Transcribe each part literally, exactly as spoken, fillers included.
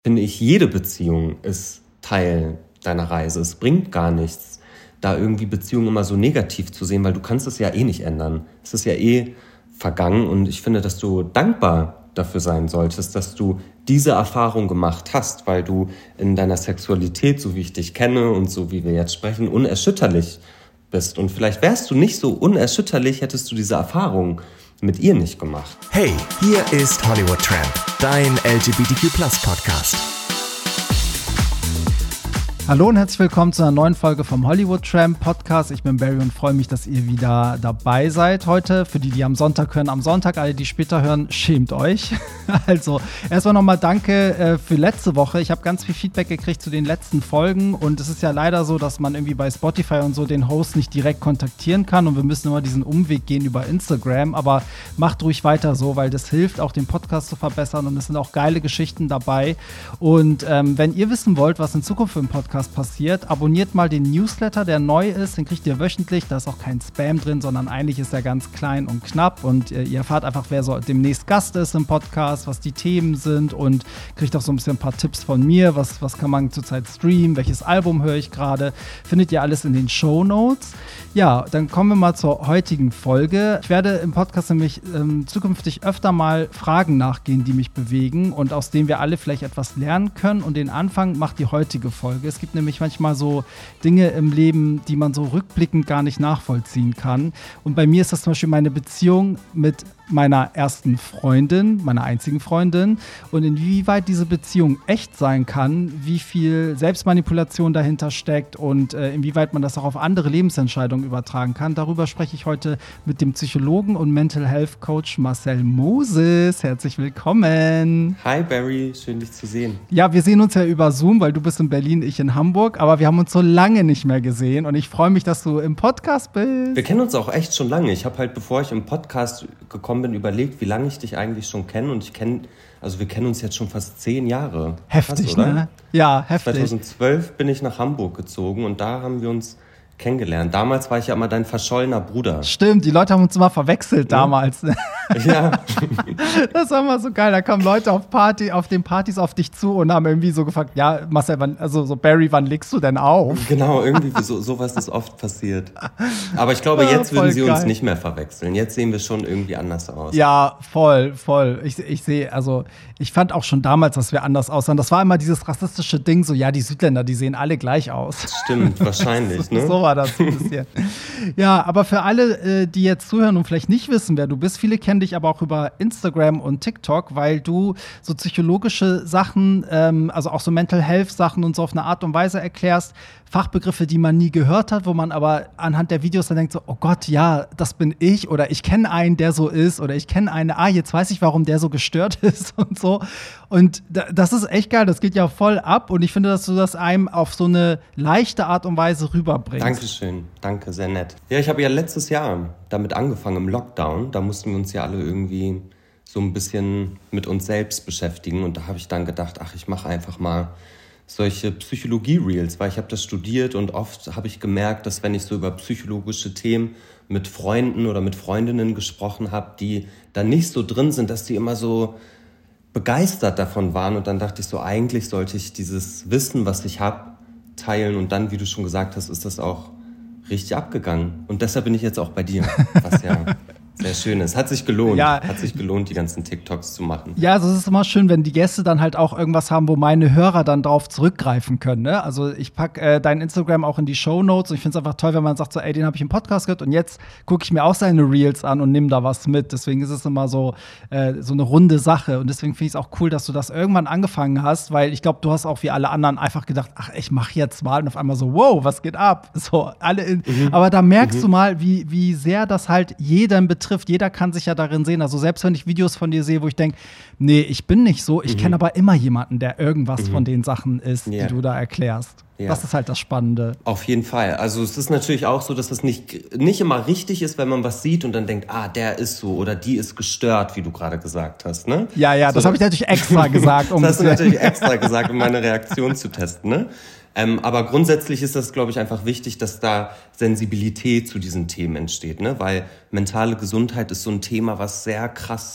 finde ich, jede Beziehung ist Teil deiner Reise. Es bringt gar nichts, da irgendwie Beziehungen immer so negativ zu sehen, weil du kannst es ja eh nicht ändern. Es ist ja eh vergangen und ich finde, dass du dankbar dafür sein solltest, dass du diese Erfahrung gemacht hast, weil du in deiner Sexualität, so wie ich dich kenne und so wie wir jetzt sprechen, unerschütterlich bist. Und vielleicht wärst du nicht so unerschütterlich, hättest du diese Erfahrung mit ihr nicht gemacht. Hey, hier ist Hollywood Tramp, dein L G B T Q Plus Podcast. Hallo und herzlich willkommen zu einer neuen Folge vom Hollywood Tramp Podcast. Ich bin Barry und freue mich, dass ihr wieder dabei seid heute. Für die, die am Sonntag hören, am Sonntag, alle, die später hören, schämt euch. Also erstmal nochmal danke äh, für letzte Woche. Ich habe ganz viel Feedback gekriegt zu den letzten Folgen und es ist ja leider so, dass man irgendwie bei Spotify und so den Host nicht direkt kontaktieren kann und wir müssen immer diesen Umweg gehen über Instagram, aber macht ruhig weiter so, weil das hilft auch den Podcast zu verbessern und es sind auch geile Geschichten dabei. Und ähm, wenn ihr wissen wollt, was in Zukunft im Podcast passiert, abonniert mal den Newsletter, der neu ist, den kriegt ihr wöchentlich, da ist auch kein Spam drin, sondern eigentlich ist er ganz klein und knapp und äh, ihr erfahrt einfach, wer so demnächst Gast ist im Podcast, was die Themen sind und kriegt auch so ein bisschen ein paar Tipps von mir, was, was kann man zurzeit streamen, welches Album höre ich gerade, findet ihr alles in den Shownotes. Ja, dann kommen wir mal zur heutigen Folge. Ich werde im Podcast nämlich ähm, zukünftig öfter mal Fragen nachgehen, die mich bewegen und aus denen wir alle vielleicht etwas lernen können und den Anfang macht die heutige Folge. Es gibt nämlich manchmal so Dinge im Leben, die man so rückblickend gar nicht nachvollziehen kann. Und bei mir ist das zum Beispiel meine Beziehung mit meiner ersten Freundin, meiner einzigen Freundin und inwieweit diese Beziehung echt sein kann, wie viel Selbstmanipulation dahinter steckt und äh, inwieweit man das auch auf andere Lebensentscheidungen übertragen kann. Darüber spreche ich heute mit dem Psychologen und Mental Health Coach Marcel Moses. Herzlich willkommen. Hi Barry, schön dich zu sehen. Ja, wir sehen uns ja über Zoom, weil du bist in Berlin, ich in Hamburg, aber wir haben uns so lange nicht mehr gesehen und ich freue mich, dass du im Podcast bist. Wir kennen uns auch echt schon lange. Ich habe halt, bevor ich im Podcast gekommen bin, überlegt, wie lange ich dich eigentlich schon kenne und ich kenne, also wir kennen uns jetzt schon fast zehn Jahre. Heftig, Krass, oder? Ne? Ja, heftig. zweitausendzwölf bin ich nach Hamburg gezogen und da haben wir uns kennengelernt. Damals war ich ja immer dein verschollener Bruder. Stimmt, die Leute haben uns immer verwechselt ja. damals. Ja. Das war immer so geil. Da kamen Leute auf Party, auf den Partys auf dich zu und haben irgendwie so gefragt, ja, Marcel, wann, also so Barry, wann legst du denn auf? Genau, irgendwie so, sowas ist oft passiert. Aber ich glaube, jetzt ja, würden sie geil. uns nicht mehr verwechseln. Jetzt sehen wir schon irgendwie anders aus. Ja, voll, voll. Ich, ich sehe, also ich fand auch schon damals, dass wir anders aussahen. Das war immer dieses rassistische Ding, so ja, die Südländer, die sehen alle gleich aus. Stimmt, wahrscheinlich, so, ne? So war das ein bisschen. Ja, aber für alle, die jetzt zuhören und vielleicht nicht wissen, wer du bist, viele kennen dich aber auch über Instagram und TikTok, weil du so psychologische Sachen, ähm, also auch so Mental Health Sachen und so auf eine Art und Weise erklärst, Fachbegriffe, die man nie gehört hat, wo man aber anhand der Videos dann denkt so, oh Gott, ja, das bin ich oder ich kenne einen, der so ist oder ich kenne eine, ah, jetzt weiß ich, warum der so gestört ist und so. Und das ist echt geil, das geht ja voll ab und ich finde, dass du das einem auf so eine leichte Art und Weise rüberbringst. Dankeschön, danke, sehr nett. Ja, ich habe ja letztes Jahr damit angefangen im Lockdown, da mussten wir uns ja alle irgendwie so ein bisschen mit uns selbst beschäftigen und da habe ich dann gedacht, ach, ich mache einfach mal solche Psychologie-Reels, weil ich habe das studiert und oft habe ich gemerkt, dass wenn ich so über psychologische Themen mit Freunden oder mit Freundinnen gesprochen habe, die da nicht so drin sind, dass die immer so begeistert davon waren und dann dachte ich so, eigentlich sollte ich dieses Wissen, was ich habe, teilen und dann, wie du schon gesagt hast, ist das auch richtig abgegangen und deshalb bin ich jetzt auch bei dir, was ja sehr schön ist. Hat sich gelohnt. Ja. Hat sich gelohnt, die ganzen TikToks zu machen. Ja, also es ist immer schön, wenn die Gäste dann halt auch irgendwas haben, wo meine Hörer dann drauf zurückgreifen können. Ne? Also ich packe äh, dein Instagram auch in die Shownotes und ich finde es einfach toll, wenn man sagt so, ey, den habe ich im Podcast gehört und jetzt gucke ich mir auch seine Reels an und nehme da was mit. Deswegen ist es immer so, äh, so eine runde Sache und deswegen finde ich es auch cool, dass du das irgendwann angefangen hast, weil ich glaube, du hast auch wie alle anderen einfach gedacht, ach, ich mache jetzt mal und auf einmal so, wow, was geht ab? So, alle in, mhm. Aber da merkst mhm. du mal, wie, wie sehr das halt jeden betrifft. Jeder kann sich ja darin sehen. Also selbst wenn ich Videos von dir sehe, wo ich denke, nee, ich bin nicht so. Ich mhm. kenne aber immer jemanden, der irgendwas mhm. von den Sachen ist, ja. die du da erklärst. Ja. Das ist halt das Spannende. Auf jeden Fall. Also es ist natürlich auch so, dass es nicht, nicht immer richtig ist, wenn man was sieht und dann denkt, ah, der ist so oder die ist gestört, wie du gerade gesagt hast. Ne? Ja, ja, so. Das habe ich natürlich extra gesagt. Um das hast du natürlich extra gesagt, um meine Reaktion zu testen. Ne? Ähm, aber grundsätzlich ist das, glaube ich, einfach wichtig, dass da Sensibilität zu diesen Themen entsteht, ne? Weil mentale Gesundheit ist so ein Thema, was sehr krass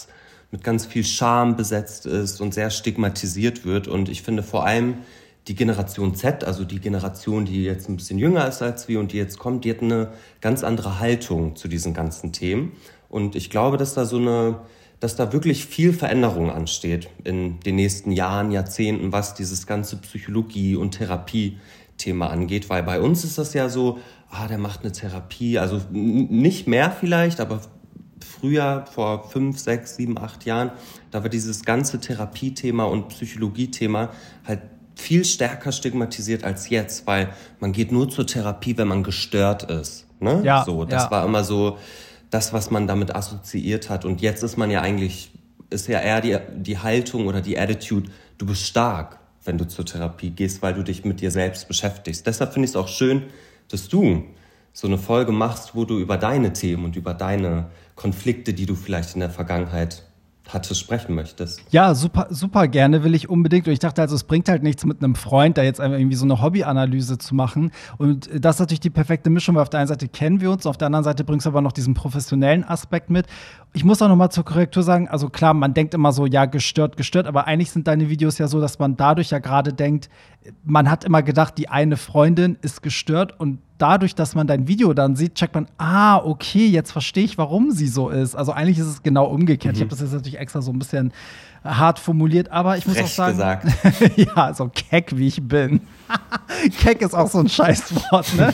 mit ganz viel Scham besetzt ist und sehr stigmatisiert wird. Und ich finde vor allem die Generation Z, also die Generation, die jetzt ein bisschen jünger ist als wir und die jetzt kommt, die hat eine ganz andere Haltung zu diesen ganzen Themen. Und ich glaube, dass da so eine, dass da wirklich viel Veränderung ansteht in den nächsten Jahren, Jahrzehnten, was dieses ganze Psychologie- und Therapie-Thema angeht. Weil bei uns ist das ja so, ah, der macht eine Therapie, also n- nicht mehr vielleicht, aber früher, vor fünf, sechs, sieben, acht Jahren, da war dieses ganze Therapiethema und Psychologiethema halt viel stärker stigmatisiert als jetzt, weil man geht nur zur Therapie, wenn man gestört ist. Ne? Ja, so, das ja. war immer so das, was man damit assoziiert hat. Und jetzt ist man ja eigentlich, ist ja eher die, die Haltung oder die Attitude, du bist stark, wenn du zur Therapie gehst, weil du dich mit dir selbst beschäftigst. Deshalb finde ich es auch schön, dass du so eine Folge machst, wo du über deine Themen und über deine Konflikte, die du vielleicht in der Vergangenheit hattest, sprechen möchtest. Ja, super, super gerne will ich unbedingt. Und ich dachte also, es bringt halt nichts mit einem Freund, da jetzt einfach irgendwie so eine Hobbyanalyse zu machen. Und das ist natürlich die perfekte Mischung, weil auf der einen Seite kennen wir uns, auf der anderen Seite bringst du aber noch diesen professionellen Aspekt mit. Ich muss auch noch mal zur Korrektur sagen, also klar, man denkt immer so, ja, gestört, gestört, aber eigentlich sind deine Videos ja so, dass man dadurch ja gerade denkt, man hat immer gedacht, die eine Freundin ist gestört und dadurch, dass man dein Video dann sieht, checkt man, ah, okay, jetzt verstehe ich, warum sie so ist. Also eigentlich ist es genau umgekehrt. Mhm. Ich habe das jetzt natürlich extra so ein bisschen hart formuliert, aber ich Frech muss auch sagen, gesagt. ja, so keck, wie ich bin. Keck ist auch so ein Scheißwort, ne?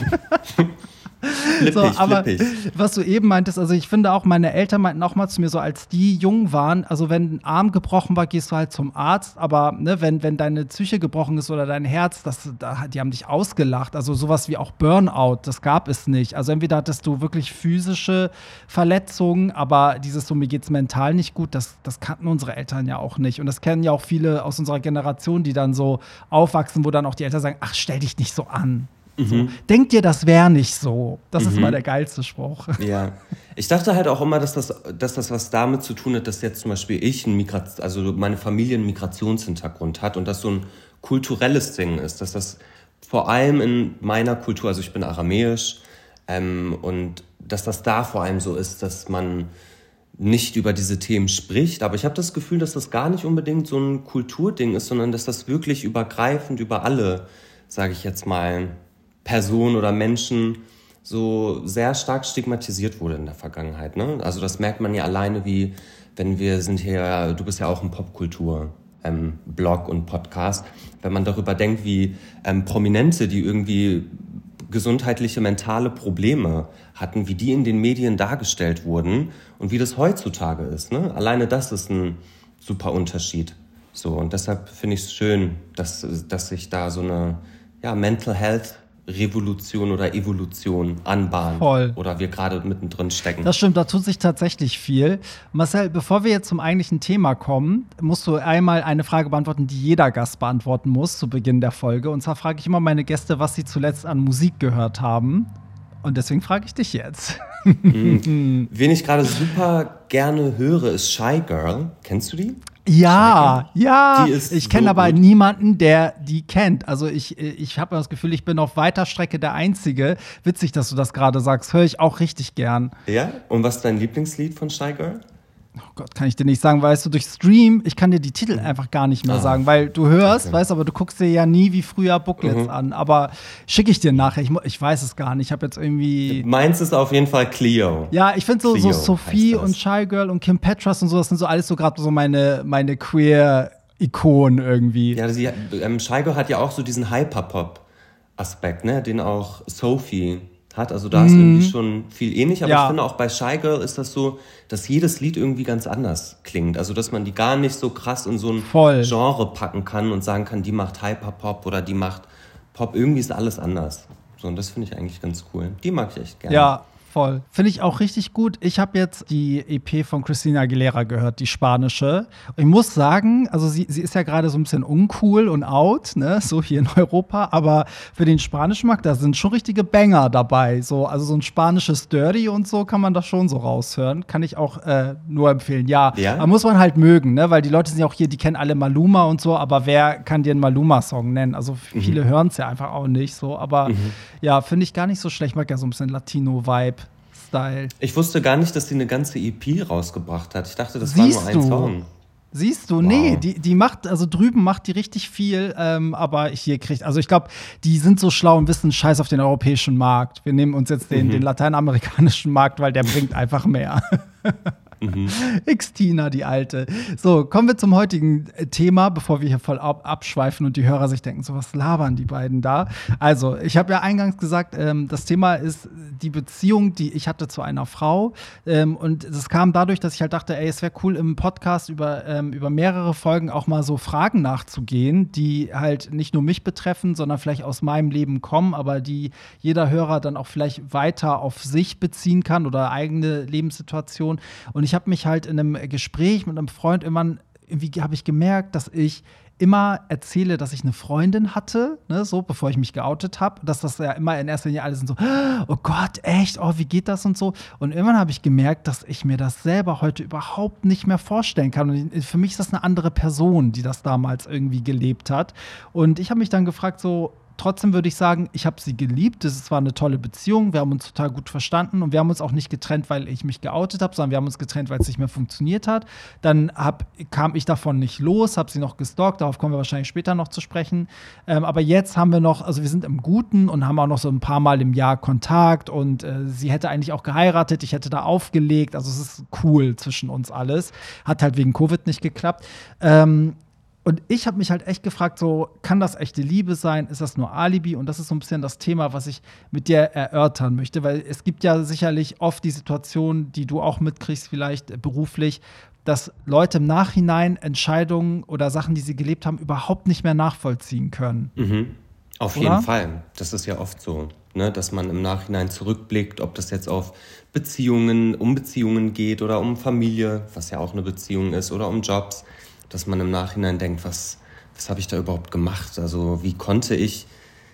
Flippig, so, aber flippig. was du eben meintest, also ich finde auch, meine Eltern meinten auch mal zu mir so, als die jung waren, also wenn ein Arm gebrochen war, gehst du halt zum Arzt, aber ne, wenn, wenn deine Psyche gebrochen ist oder dein Herz, das, da, die haben dich ausgelacht, also sowas wie auch Burnout, das gab es nicht. Also entweder hattest du wirklich physische Verletzungen, aber dieses so, mir geht's mental nicht gut, das, das kannten unsere Eltern ja auch nicht und das kennen ja auch viele aus unserer Generation, die dann so aufwachsen, wo dann auch die Eltern sagen, ach, stell dich nicht so an. So. Mhm. Denkt dir, das wäre nicht so. Das mhm. ist mal der geilste Spruch. Ja. Ich dachte halt auch immer, dass das, dass das was damit zu tun hat, dass jetzt zum Beispiel ich, ein Migrat- also meine Familie einen Migrationshintergrund hat und das so ein kulturelles Ding ist. Dass das vor allem in meiner Kultur, also ich bin aramäisch, ähm, und dass das da vor allem so ist, dass man nicht über diese Themen spricht. Aber ich habe das Gefühl, dass das gar nicht unbedingt so ein Kulturding ist, sondern dass das wirklich übergreifend über alle, sage ich jetzt mal, Personen oder Menschen so sehr stark stigmatisiert wurde in der Vergangenheit. Ne? Also das merkt man ja alleine, wie wenn wir sind hier, du bist ja auch ein Popkultur ähm, Blog und Podcast, wenn man darüber denkt, wie ähm, Prominente, die irgendwie gesundheitliche, mentale Probleme hatten, wie die in den Medien dargestellt wurden und wie das heutzutage ist. Ne? Alleine das ist ein super Unterschied. So, und deshalb finde ich es schön, dass, dass sich da so eine ja, Mental Health Revolution oder Evolution anbahnt. Voll. Oder wir gerade mittendrin stecken. Das stimmt, da tut sich tatsächlich viel. Marcel, bevor wir jetzt zum eigentlichen Thema kommen, musst du einmal eine Frage beantworten, die jeder Gast beantworten muss zu Beginn der Folge. Und zwar frage ich immer meine Gäste, was sie zuletzt an Musik gehört haben. Und deswegen frage ich dich jetzt. Mhm. Wen ich gerade super gerne höre, ist Shy Girl. Kennst du die? Ja, ja. Die ist ich kenne so aber gut. niemanden, der die kennt. Also ich, ich habe das Gefühl, ich bin auf weiter Strecke der Einzige. Witzig, dass du das gerade sagst. Höre ich auch richtig gern. Ja? Und was ist dein Lieblingslied von Shy Girl? Oh Gott, kann ich dir nicht sagen, weißt du, durch Stream, ich kann dir die Titel einfach gar nicht mehr Ah. sagen, weil du hörst, Okay. weißt aber du guckst dir ja nie wie früher Booklets Mhm. an. Aber schicke ich dir nachher, ich, mu- ich weiß es gar nicht. Ich habe jetzt irgendwie. Meins ist auf jeden Fall Cleo. Ja, ich finde so, so Cleo Sophie heißt das. und Shy Girl und Kim Petras und so, das sind so alles so gerade so meine, meine Queer-Ikonen irgendwie. Ja, sie, ähm, Shy Girl hat ja auch so diesen Hyperpop-Aspekt, ne, den auch Sophie hat. Also da ist irgendwie schon viel ähnlich. Aber Ja. ich finde auch bei Shy Girl ist das so, dass jedes Lied irgendwie ganz anders klingt. Also dass man die gar nicht so krass in so ein Voll. Genre packen kann und sagen kann, die macht Hyperpop oder die macht Pop. Irgendwie ist alles anders. So, und das finde ich eigentlich ganz cool. Die mag ich echt gerne. Ja, voll. Finde ich auch richtig gut. Ich habe jetzt die E P von Christina Aguilera gehört, die spanische. Und ich muss sagen, also sie, sie ist ja gerade so ein bisschen uncool und out, ne, so hier in Europa. Aber für den spanischen Markt, da sind schon richtige Banger dabei. So, also so ein spanisches Dirty und so kann man das schon so raushören. Kann ich auch äh, nur empfehlen. Ja, Ja? aber muss man halt mögen, ne, weil die Leute sind ja auch hier, die kennen alle Maluma und so. Aber wer kann dir einen Maluma-Song nennen? Also viele hören es ja einfach auch nicht so. Aber ja, finde ich gar nicht so schlecht. Ich mag ja so ein bisschen Latino-Vibe. Freestyle. Ich wusste gar nicht, dass sie eine ganze E P rausgebracht hat. Ich dachte, das Siehst war nur ein du? Song. Siehst du, Wow. nee, die, die macht, also drüben macht die richtig viel, ähm, aber hier kriegt, also ich glaube, die sind so schlau und wissen, scheiß auf den europäischen Markt. Wir nehmen uns jetzt den, Mhm. den lateinamerikanischen Markt, weil der bringt einfach mehr. Mhm. X-Tina, die Alte. So, kommen wir zum heutigen Thema, bevor wir hier voll ab abschweifen und die Hörer sich denken, so was labern die beiden da. Also, ich habe ja eingangs gesagt, ähm, das Thema ist die Beziehung, die ich hatte zu einer Frau. Ähm, und das kam dadurch, dass ich halt dachte, ey, es wäre cool, im Podcast über, ähm, über mehrere Folgen auch mal so Fragen nachzugehen, die halt nicht nur mich betreffen, sondern vielleicht aus meinem Leben kommen, aber die jeder Hörer dann auch vielleicht weiter auf sich beziehen kann oder eigene Lebenssituation. Und ich habe mich halt in einem Gespräch mit einem Freund irgendwann, irgendwie habe ich gemerkt, dass ich immer erzähle, dass ich eine Freundin hatte, ne, so bevor ich mich geoutet habe, dass das ja immer in erster Linie alle sind so, oh Gott, echt, oh, wie geht das und so. Und irgendwann habe ich gemerkt, dass ich mir das selber heute überhaupt nicht mehr vorstellen kann. Und für mich ist das eine andere Person, die das damals irgendwie gelebt hat. Und ich habe mich dann gefragt, so, trotzdem würde ich sagen, ich habe sie geliebt. Es war eine tolle Beziehung. Wir haben uns total gut verstanden. Und wir haben uns auch nicht getrennt, weil ich mich geoutet habe, sondern wir haben uns getrennt, weil es nicht mehr funktioniert hat. Dann hab, kam ich davon nicht los, habe sie noch gestalkt. Darauf kommen wir wahrscheinlich später noch zu sprechen. Ähm, aber jetzt haben wir noch, also wir sind im Guten und haben auch noch so ein paar Mal im Jahr Kontakt. Und äh, sie hätte eigentlich auch geheiratet. Ich hätte da aufgelegt. Also es ist cool zwischen uns alles. Hat halt wegen Covid nicht geklappt. Ähm, Und ich habe mich halt echt gefragt, so, kann das echte Liebe sein? Ist das nur Alibi? Und das ist so ein bisschen das Thema, was ich mit dir erörtern möchte. Weil es gibt ja sicherlich oft die Situation, die du auch mitkriegst, vielleicht beruflich, dass Leute im Nachhinein Entscheidungen oder Sachen, die sie gelebt haben, überhaupt nicht mehr nachvollziehen können. Mhm. Auf Oder? jeden Fall. Das ist ja oft so, ne? Dass man im Nachhinein zurückblickt, ob das jetzt auf Beziehungen, um Beziehungen geht oder um Familie, was ja auch eine Beziehung ist, oder um Jobs. Dass man im Nachhinein denkt, was, was habe ich da überhaupt gemacht? Also wie konnte ich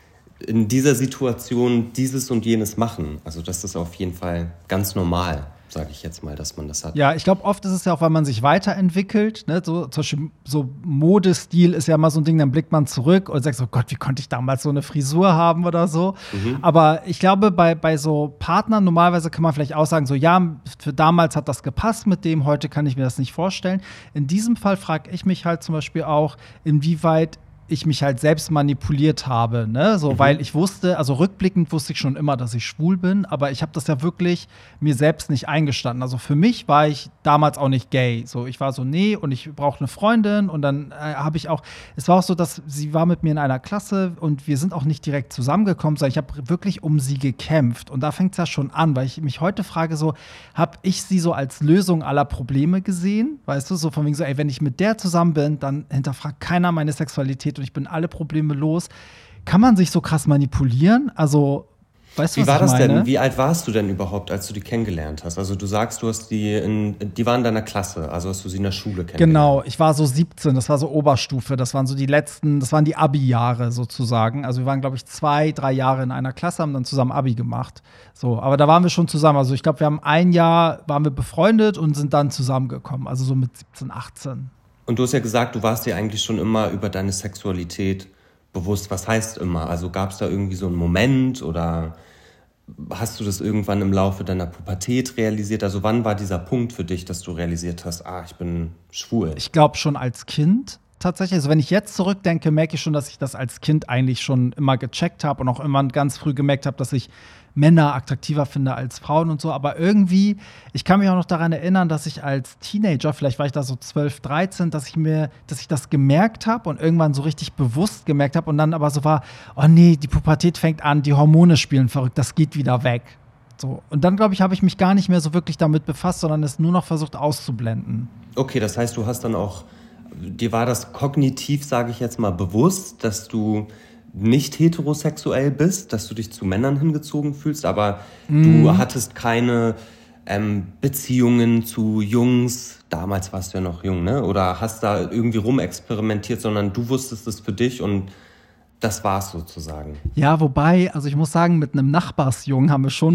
in dieser Situation dieses und jenes machen? Also das ist auf jeden Fall ganz normal, sage ich jetzt mal, dass man das hat. Ja, ich glaube, oft ist es ja auch, weil man sich weiterentwickelt. Ne? So, zum Beispiel so Modestil ist ja mal so ein Ding, dann blickt man zurück und sagt so, Gott, wie konnte ich damals so eine Frisur haben oder so. Mhm. Aber ich glaube, bei, bei so Partnern, normalerweise kann man vielleicht auch sagen, so ja, für damals hat das gepasst mit dem, heute kann ich mir das nicht vorstellen. In diesem Fall frage ich mich halt zum Beispiel auch, inwieweit ich mich halt selbst manipuliert habe, ne? So, mhm. weil ich wusste, also rückblickend wusste ich schon immer, dass ich schwul bin, aber ich habe das ja wirklich mir selbst nicht eingestanden. Also für mich war ich damals auch nicht gay. So, ich war so, nee, und ich brauche eine Freundin und dann äh, habe ich auch, es war auch so, dass sie war mit mir in einer Klasse und wir sind auch nicht direkt zusammengekommen, sondern ich habe wirklich um sie gekämpft. Und da fängt es ja schon an, weil ich mich heute frage, so, habe ich sie so als Lösung aller Probleme gesehen? Weißt du, so von wegen so, ey, wenn ich mit der zusammen bin, dann hinterfragt keiner meine Sexualität und ich bin alle Probleme los. Kann man sich so krass manipulieren? Also, weißt du, Wie was war ich das meine? denn? Wie alt warst du denn überhaupt, als du die kennengelernt hast? Also du sagst, du hast die in, die waren in deiner Klasse, also hast du sie in der Schule kennengelernt. Genau, ich war so siebzehn, das war so Oberstufe, das waren so die letzten, das waren die Abi-Jahre sozusagen. Also wir waren, glaube ich, zwei, drei Jahre in einer Klasse, haben dann zusammen Abi gemacht. So, aber da waren wir schon zusammen. Also ich glaube, wir haben ein Jahr, waren wir befreundet und sind dann zusammengekommen, also so mit siebzehn, achtzehn. Und du hast ja gesagt, du warst dir eigentlich schon immer über deine Sexualität bewusst. Was heißt immer? Also gab es da irgendwie so einen Moment oder hast du das irgendwann im Laufe deiner Pubertät realisiert? Also wann war dieser Punkt für dich, dass du realisiert hast, ah, ich bin schwul? Ich glaube schon als Kind tatsächlich. Also wenn ich jetzt zurückdenke, merke ich schon, dass ich das als Kind eigentlich schon immer gecheckt habe und auch immer ganz früh gemerkt habe, dass ich Männer attraktiver finde als Frauen und so. Aber irgendwie, ich kann mich auch noch daran erinnern, dass ich als Teenager, vielleicht war ich da so zwölf, dreizehn, dass ich mir, dass ich das gemerkt habe und irgendwann so richtig bewusst gemerkt habe und dann aber so war, oh nee, die Pubertät fängt an, die Hormone spielen verrückt, das geht wieder weg. So. Und dann, glaube ich, habe ich mich gar nicht mehr so wirklich damit befasst, sondern es nur noch versucht auszublenden. Okay, das heißt, du hast dann auch, dir war das kognitiv, sage ich jetzt mal, bewusst, dass du nicht heterosexuell bist, dass du dich zu Männern hingezogen fühlst, aber mm. du hattest keine ähm, Beziehungen zu Jungs, damals warst du ja noch jung, ne? Oder hast da irgendwie rumexperimentiert, sondern du wusstest es für dich und das war's sozusagen. Ja, wobei, also ich muss sagen, mit einem Nachbarsjungen haben wir schon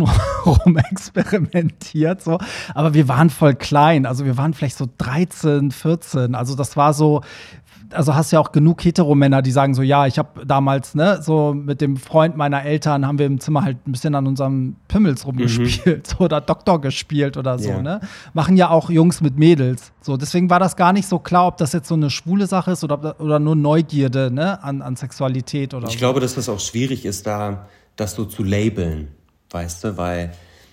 rumexperimentiert, so. Aber wir waren voll klein, also wir waren vielleicht so dreizehn, vierzehn, also das war so, also hast ja auch genug Heteromänner, die sagen so, ja, ich habe damals, ne, so mit dem Freund meiner Eltern haben wir im Zimmer halt ein bisschen an unserem Pimmels rumgespielt mhm. oder Doktor gespielt oder so, yeah. ne? Machen ja auch Jungs mit Mädels. So, deswegen war das gar nicht so klar, ob das jetzt so eine schwule Sache ist oder, oder nur Neugierde, ne, an, an Sexualität oder Ich so. glaube, dass das auch schwierig ist, da das so zu labeln, weißt du, weil,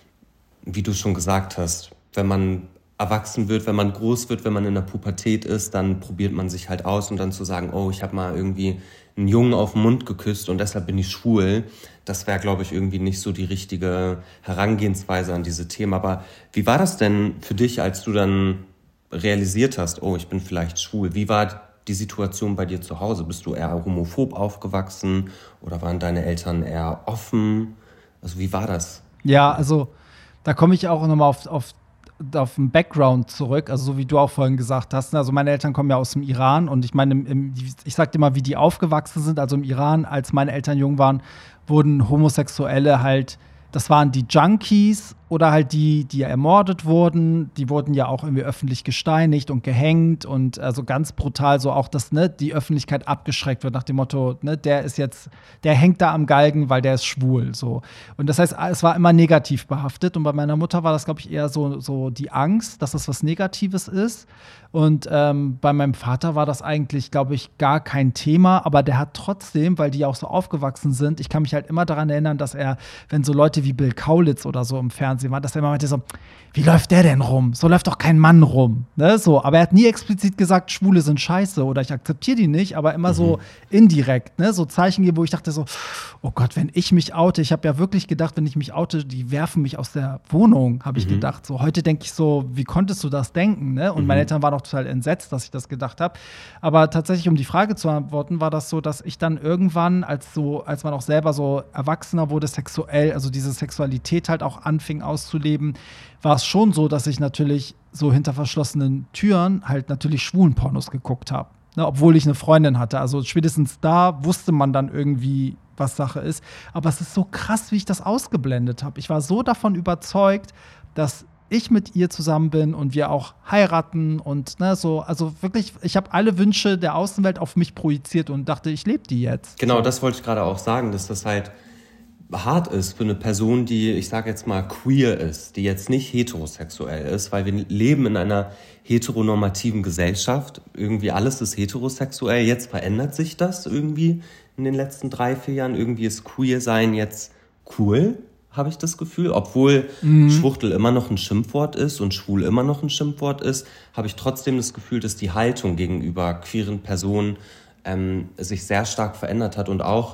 wie du schon gesagt hast, wenn man erwachsen wird, wenn man groß wird, wenn man in der Pubertät ist, dann probiert man sich halt aus und dann zu sagen, oh, ich habe mal irgendwie einen Jungen auf den Mund geküsst und deshalb bin ich schwul. Das wäre, glaube ich, irgendwie nicht so die richtige Herangehensweise an diese Themen. Aber wie war das denn für dich, als du dann realisiert hast, oh, ich bin vielleicht schwul? Wie war die Situation bei dir zu Hause? Bist du eher homophob aufgewachsen oder waren deine Eltern eher offen? Also wie war das? Ja, also da komme ich auch nochmal auf, auf auf den Background zurück, also so wie du auch vorhin gesagt hast. Also meine Eltern kommen ja aus dem Iran und ich meine, im, im, ich sag dir mal, wie die aufgewachsen sind. Also im Iran, als meine Eltern jung waren, wurden Homosexuelle halt, das waren die Junkies oder halt die, die ermordet wurden. Die wurden ja auch irgendwie öffentlich gesteinigt und gehängt und also ganz brutal so auch, dass ne, die Öffentlichkeit abgeschreckt wird nach dem Motto, ne, der ist jetzt, der hängt da am Galgen, weil der ist schwul. So. Und das heißt, es war immer negativ behaftet und bei meiner Mutter war das, glaube ich, eher so, so die Angst, dass das was Negatives ist. Und ähm, bei meinem Vater war das eigentlich, glaube ich, gar kein Thema, aber der hat trotzdem, weil die ja auch so aufgewachsen sind, ich kann mich halt immer daran erinnern, dass er, wenn so Leute wie Bill Kaulitz oder so im Fernsehen waren, dass er immer meinte so, wie läuft der denn rum? So läuft doch kein Mann rum. Ne? So, aber er hat nie explizit gesagt, Schwule sind scheiße oder ich akzeptiere die nicht, aber immer mhm. so indirekt, ne? So Zeichen geben, wo ich dachte so, oh Gott, wenn ich mich oute, ich habe ja wirklich gedacht, wenn ich mich oute, die werfen mich aus der Wohnung, habe ich mhm. gedacht. So, heute denke ich so, wie konntest du das denken? Ne? Und mhm. meine Eltern waren auch total entsetzt, dass ich das gedacht habe. Aber tatsächlich, um die Frage zu antworten, war das so, dass ich dann irgendwann, als so, als man auch selber so erwachsener wurde, sexuell, also diese Sexualität halt auch anfing auszuleben, war es schon so, dass ich natürlich so hinter verschlossenen Türen halt natürlich schwulen Pornos geguckt habe. Ne, obwohl ich eine Freundin hatte. Also spätestens da wusste man dann irgendwie, was Sache ist. Aber es ist so krass, wie ich das ausgeblendet habe. Ich war so davon überzeugt, dass ich mit ihr zusammen bin und wir auch heiraten und ne, so, also wirklich, ich habe alle Wünsche der Außenwelt auf mich projiziert und dachte, ich lebe die jetzt. Genau, so. Das wollte ich gerade auch sagen, dass das halt hart ist für eine Person, die, ich sage jetzt mal, queer ist, die jetzt nicht heterosexuell ist, weil wir leben in einer heteronormativen Gesellschaft. Irgendwie alles ist heterosexuell. Jetzt verändert sich das irgendwie in den letzten drei, vier Jahren. Irgendwie ist Queer-Sein jetzt cool, habe ich das Gefühl. Obwohl mhm. Schwuchtel immer noch ein Schimpfwort ist und schwul immer noch ein Schimpfwort ist, habe ich trotzdem das Gefühl, dass die Haltung gegenüber queeren Personen ähm, sich sehr stark verändert hat und auch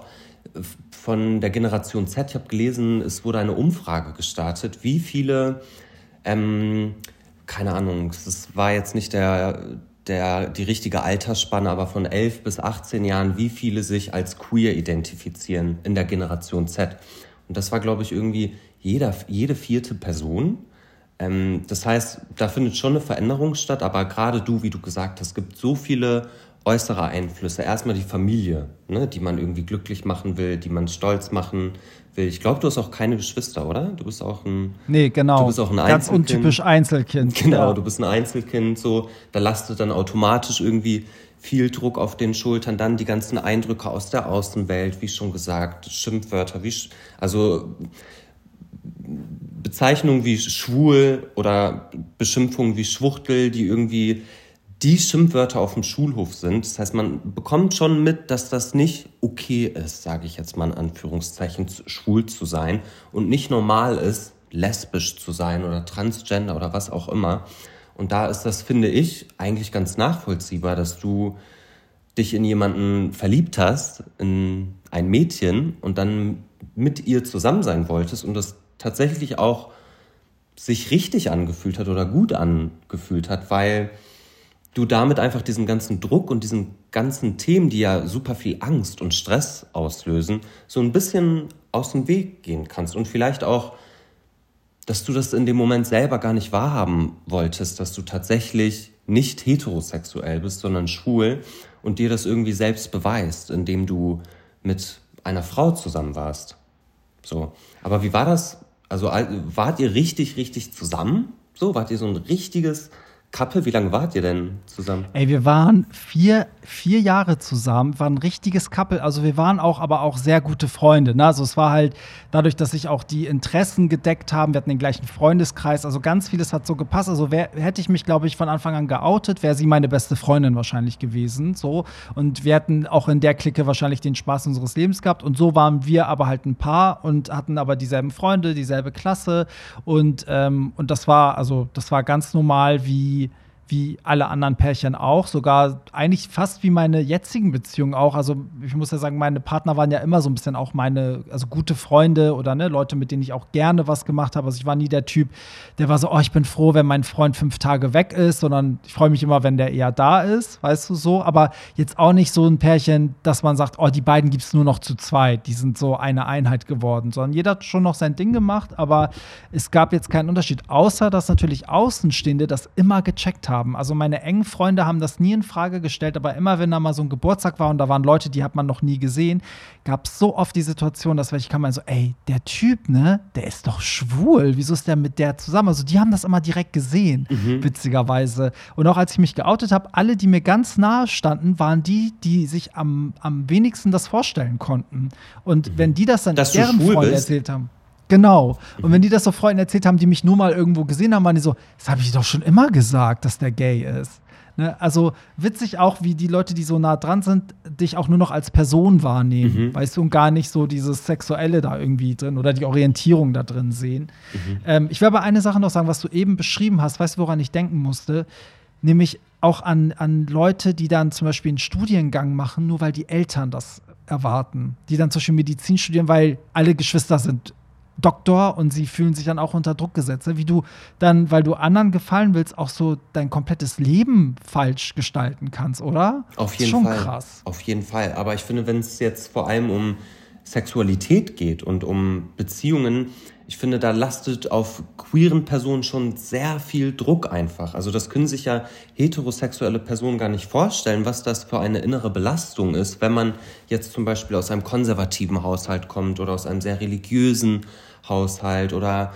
von der Generation Z. Ich habe gelesen, es wurde eine Umfrage gestartet, wie viele, ähm, keine Ahnung, es war jetzt nicht der, der, die richtige Altersspanne, aber von elf bis achtzehn Jahren, wie viele sich als queer identifizieren in der Generation Z. Und das war, glaube ich, irgendwie jeder, jede vierte Person. Ähm, das heißt, da findet schon eine Veränderung statt, aber gerade du, wie du gesagt hast, es gibt so viele äußere Einflüsse. Erstmal die Familie, ne, die man irgendwie glücklich machen will, die man stolz machen will. Ich glaube, du hast auch keine Geschwister, oder? Du bist auch ein Nee, genau. Du bist auch ein Ganz Einzelkind. untypisch Einzelkind. Genau, ja. Du bist ein Einzelkind, so, da lastet dann automatisch irgendwie viel Druck auf den Schultern, dann die ganzen Eindrücke aus der Außenwelt, wie schon gesagt, Schimpfwörter, wie also Bezeichnungen wie schwul oder Beschimpfungen wie Schwuchtel, die irgendwie die Schimpfwörter auf dem Schulhof sind. Das heißt, man bekommt schon mit, dass das nicht okay ist, sage ich jetzt mal in Anführungszeichen, schwul zu sein und nicht normal ist, lesbisch zu sein oder transgender oder was auch immer. Und da ist das, finde ich, eigentlich ganz nachvollziehbar, dass du dich in jemanden verliebt hast, in ein Mädchen und dann mit ihr zusammen sein wolltest und das tatsächlich auch sich richtig angefühlt hat oder gut angefühlt hat, weil du damit einfach diesen ganzen Druck und diesen ganzen Themen, die ja super viel Angst und Stress auslösen, so ein bisschen aus dem Weg gehen kannst. Und vielleicht auch, dass du das in dem Moment selber gar nicht wahrhaben wolltest, dass du tatsächlich nicht heterosexuell bist, sondern schwul und dir das irgendwie selbst beweist, indem du mit einer Frau zusammen warst. So. Aber wie war das? Also wart ihr richtig, richtig zusammen? So, wart ihr so ein richtiges Couple, wie lange wart ihr denn zusammen? Ey, wir waren vier, vier Jahre zusammen, war ein richtiges Couple. Also wir waren auch, aber auch sehr gute Freunde. Ne? Also es war halt dadurch, dass sich auch die Interessen gedeckt haben. Wir hatten den gleichen Freundeskreis. Also ganz vieles hat so gepasst. Also wär, hätte ich mich, glaube ich, von Anfang an geoutet, wäre sie meine beste Freundin wahrscheinlich gewesen. So. Und wir hätten auch in der Clique wahrscheinlich den Spaß unseres Lebens gehabt. Und so waren wir aber halt ein Paar und hatten aber dieselben Freunde, dieselbe Klasse. Und, ähm, und das war, also das war ganz normal wie wie alle anderen Pärchen auch, sogar eigentlich fast wie meine jetzigen Beziehungen auch. Also ich muss ja sagen, meine Partner waren ja immer so ein bisschen auch meine, also gute Freunde oder ne, Leute, mit denen ich auch gerne was gemacht habe. Also ich war nie der Typ, der war so, oh, ich bin froh, wenn mein Freund fünf Tage weg ist, sondern ich freue mich immer, wenn der eher da ist, weißt du so. Aber jetzt auch nicht so ein Pärchen, dass man sagt, oh, die beiden gibt's nur noch zu zweit. Die sind so eine Einheit geworden, sondern jeder hat schon noch sein Ding gemacht, aber es gab jetzt keinen Unterschied, außer dass natürlich Außenstehende das immer gecheckt haben. Also meine engen Freunde haben das nie in Frage gestellt, aber immer, wenn da mal so ein Geburtstag war und da waren Leute, die hat man noch nie gesehen, gab es so oft die Situation, dass ich kam mal so, ey, der Typ, ne, der ist doch schwul, wieso ist der mit der zusammen? Also die haben das immer direkt gesehen, mhm. witzigerweise. Und auch als ich mich geoutet habe, alle, die mir ganz nahe standen, waren die, die sich am, am wenigsten das vorstellen konnten. Und mhm. wenn die das dann Dass deren Freunden erzählt haben, genau. Und wenn die das so Freunden erzählt haben, die mich nur mal irgendwo gesehen haben, waren die so, das habe ich doch schon immer gesagt, dass der gay ist. Ne? Also witzig auch, wie die Leute, die so nah dran sind, dich auch nur noch als Person wahrnehmen. Mhm. Weißt du, und gar nicht so dieses Sexuelle da irgendwie drin oder die Orientierung da drin sehen. Mhm. Ähm, ich will aber eine Sache noch sagen, was du eben beschrieben hast, weißt du, woran ich denken musste? Nämlich auch an, an Leute, die dann zum Beispiel einen Studiengang machen, nur weil die Eltern das erwarten. Die dann zum Beispiel Medizin studieren, weil alle Geschwister sind Doktor und sie fühlen sich dann auch unter Druck gesetzt. Wie du dann, weil du anderen gefallen willst, auch so dein komplettes Leben falsch gestalten kannst, oder? Auf jeden schon Fall. Krass. Auf jeden Fall. Aber ich finde, wenn es jetzt vor allem um Sexualität geht und um Beziehungen, ich finde, da lastet auf queeren Personen schon sehr viel Druck einfach. Also das können sich ja heterosexuelle Personen gar nicht vorstellen, was das für eine innere Belastung ist, wenn man jetzt zum Beispiel aus einem konservativen Haushalt kommt oder aus einem sehr religiösen Haushalt oder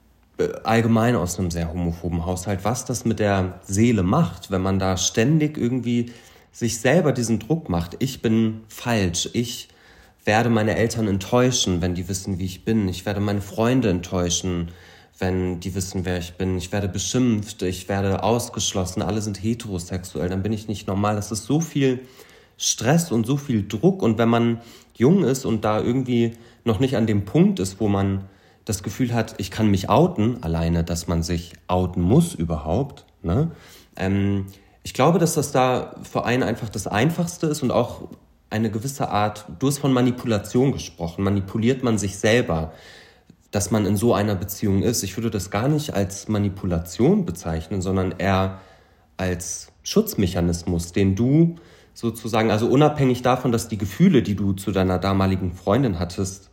allgemein aus einem sehr homophoben Haushalt, was das mit der Seele macht, wenn man da ständig irgendwie sich selber diesen Druck macht. Ich bin falsch, ich werde meine Eltern enttäuschen, wenn die wissen, wie ich bin. Ich werde meine Freunde enttäuschen, wenn die wissen, wer ich bin. Ich werde beschimpft, ich werde ausgeschlossen, alle sind heterosexuell, dann bin ich nicht normal. Das ist so viel Stress und so viel Druck. Und wenn man jung ist und da irgendwie noch nicht an dem Punkt ist, wo man das Gefühl hat, ich kann mich outen, alleine, dass man sich outen muss überhaupt, ne? Ähm, ich glaube, dass das da für einen einfach das Einfachste ist und auch eine gewisse Art, du hast von Manipulation gesprochen, manipuliert man sich selber, dass man in so einer Beziehung ist. Ich würde das gar nicht als Manipulation bezeichnen, sondern eher als Schutzmechanismus, den du sozusagen, also unabhängig davon, dass die Gefühle, die du zu deiner damaligen Freundin hattest,